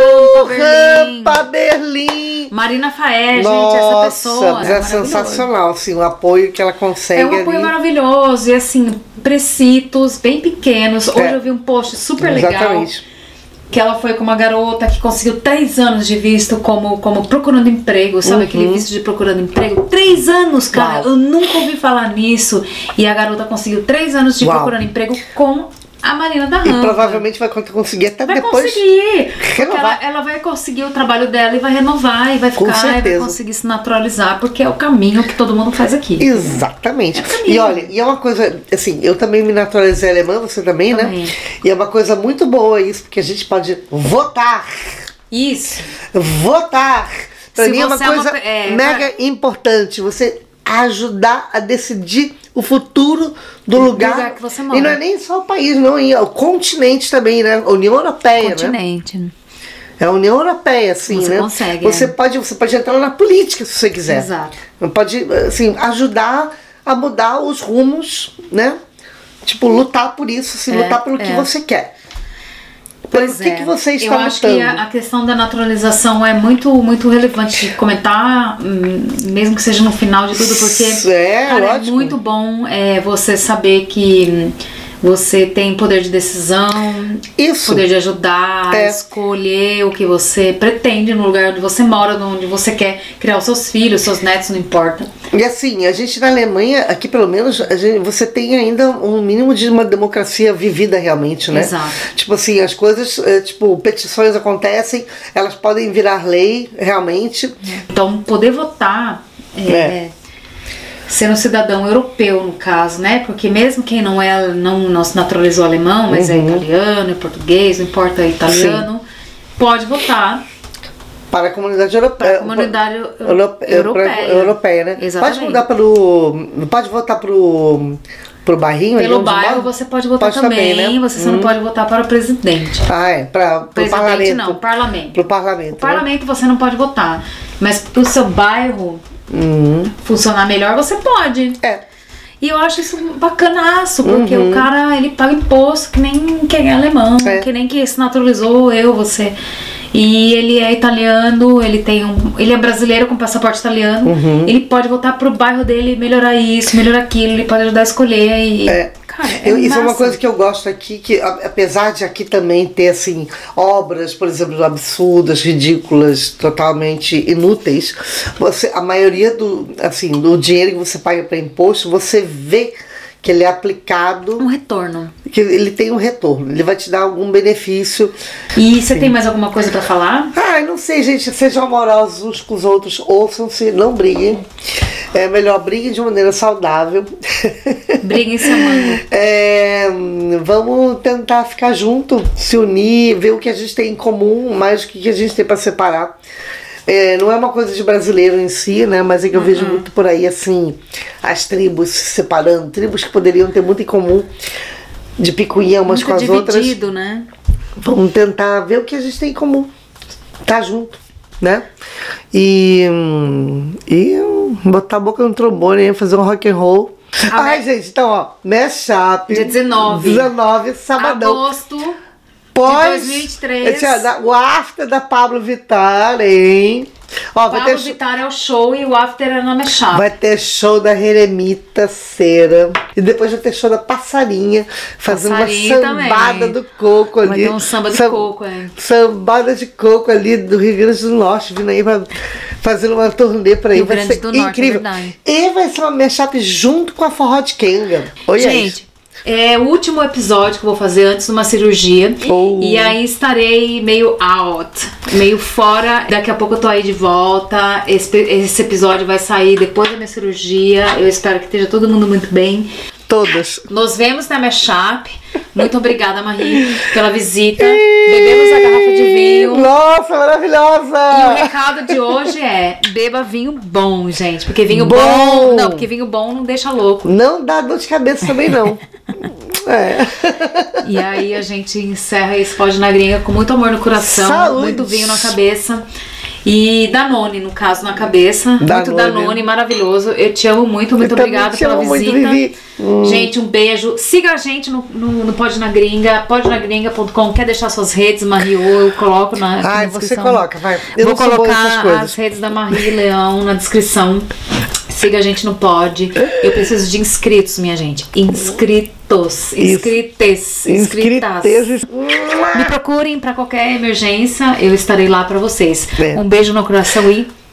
Rampa Berlim. Marina Faé, gente, essa pessoa. Nossa, é sensacional, assim, o apoio que ela consegue. É um apoio maravilhoso e, assim, precisos, bem pequenos. Hoje eu vi um post super legal. Exatamente. Que ela foi com uma garota que conseguiu 3 anos de visto como procurando emprego, sabe? Aquele visto de procurando emprego. 3 anos, cara! Uau. Eu nunca ouvi falar nisso. E a garota conseguiu 3 anos de procurando emprego com a Marina da Rampa. E provavelmente vai conseguir até depois. Vai conseguir. Ela vai conseguir o trabalho dela e vai renovar e vai ficar, e vai conseguir se naturalizar, porque é o caminho que todo mundo faz aqui. Exatamente. E olha, e é uma coisa, assim, eu também me naturalizei alemã, você também, né? E é uma coisa muito boa isso, porque a gente pode votar. Isso. Votar. Pra mim é uma coisa mega importante. Você ajudar a decidir o futuro do lugar que você mora. E não é nem só o país, não, é o continente também, né? A União Europeia, continente. Né? É a União Europeia, assim, você né? Consegue, você pode entrar na política se você quiser. Exato. Pode, assim, ajudar a mudar os rumos, né? Tipo, lutar por isso, assim, lutar pelo que você quer. Pois que você está lutando? Eu acho que a questão da naturalização é muito, muito relevante de comentar, mesmo que seja no final de tudo, porque cara, é muito bom você saber que você tem poder de decisão, poder de ajudar, escolher o que você pretende no lugar onde você mora, onde você quer criar os seus filhos, seus netos, não importa. E assim, a gente na Alemanha, aqui pelo menos, você tem ainda um mínimo de uma democracia vivida realmente, né? Exato. Tipo assim, as coisas, tipo, petições acontecem, elas podem virar lei realmente. Então, poder votar sendo cidadão europeu, no caso, né? Porque mesmo quem não se naturalizou alemão, mas é italiano, é português, não importa, italiano, pode votar para a comunidade europeia. Para a comunidade europeia, né? Exatamente. Pode votar pro bairrinho? Pelo bairro você pode votar também, né? Você só não pode votar para o presidente. Para o parlamento. Não, parlamento. Pro parlamento. O parlamento você não pode votar, mas pro seu bairro funcionar melhor, você pode. E eu acho isso bacanaço, porque o cara, ele paga imposto que nem quem é alemão, que nem que se naturalizou, você. E ele é italiano, ele é brasileiro com passaporte italiano, ele pode votar pro bairro dele, melhorar isso, melhorar aquilo, ele pode ajudar a escolher cara, isso é uma coisa que eu gosto aqui, que apesar de aqui também ter assim obras, por exemplo, absurdas, ridículas, totalmente inúteis, a maioria do dinheiro que você paga para imposto, você vê que ele é aplicado. Um retorno. que ele tem um retorno, ele vai te dar algum benefício. E você tem mais alguma coisa pra falar? Não sei, gente, sejam amorosos uns com os outros, ouçam-se, não briguem. É melhor briguem de maneira saudável. Briguem se amando. Vamos tentar ficar junto, se unir, ver o que a gente tem em comum, mais o que a gente tem para separar. Não é uma coisa de brasileiro em si, né? Mas é que eu vejo muito por aí, assim, as tribos se separando, tribos que poderiam ter muito em comum, de picuinha umas muito com as dividido, outras. Né? Vamos tentar ver o que a gente tem em comum, tá junto, né? E botar a boca no trombone, fazer um rock and roll. Gente, então, ó, Mashup. Dia 19, sabadão. Agosto de 2023. O after da Pablo Vittar, hein? Pablo Vittar é o show e o after é na Mashup. Vai ter show da Jeremita Cera. E depois vai ter show da Passarinha, fazendo uma sambada também. Do coco ali. Vai ter um samba de coco, Sambada de coco ali do Rio Grande do Norte, vindo aí fazendo uma turnê pra aí. Rio Grande do Norte, incrível. E vai ser uma mashup junto com a Forró de Kenga. Gente, é o último episódio que eu vou fazer antes de uma cirurgia. E aí estarei meio out, meio fora. Daqui a pouco eu tô aí de volta. Esse episódio vai sair depois da minha cirurgia. Eu espero que esteja todo mundo muito bem. Todas. Nos vemos na Mashup. Muito obrigada, Marie, pela visita. Bebemos a garrafa de vinho. Nossa, maravilhosa! E o recado de hoje é: beba vinho bom, gente. Porque vinho bom. Não, porque vinho bom não deixa louco. Não dá dor de cabeça também, não. E aí a gente encerra esse Pode na Gringa com muito amor no coração. Saúde. Muito vinho na cabeça. E Danone, no caso, na cabeça. Muito Danone, maravilhoso. Eu te amo muito, muito obrigada pela visita. Gente, um beijo. Siga a gente no Pode na Gringa, podenagringa.com. Quer deixar suas redes, Marie? Eu coloco na descrição. Você coloca, vai. Vou colocar as redes da Marie Leão na descrição. Siga a gente no Pod. Eu preciso de inscritos, minha gente. Inscritas. Me procurem para qualquer emergência. Eu estarei lá para vocês. Um beijo no coração e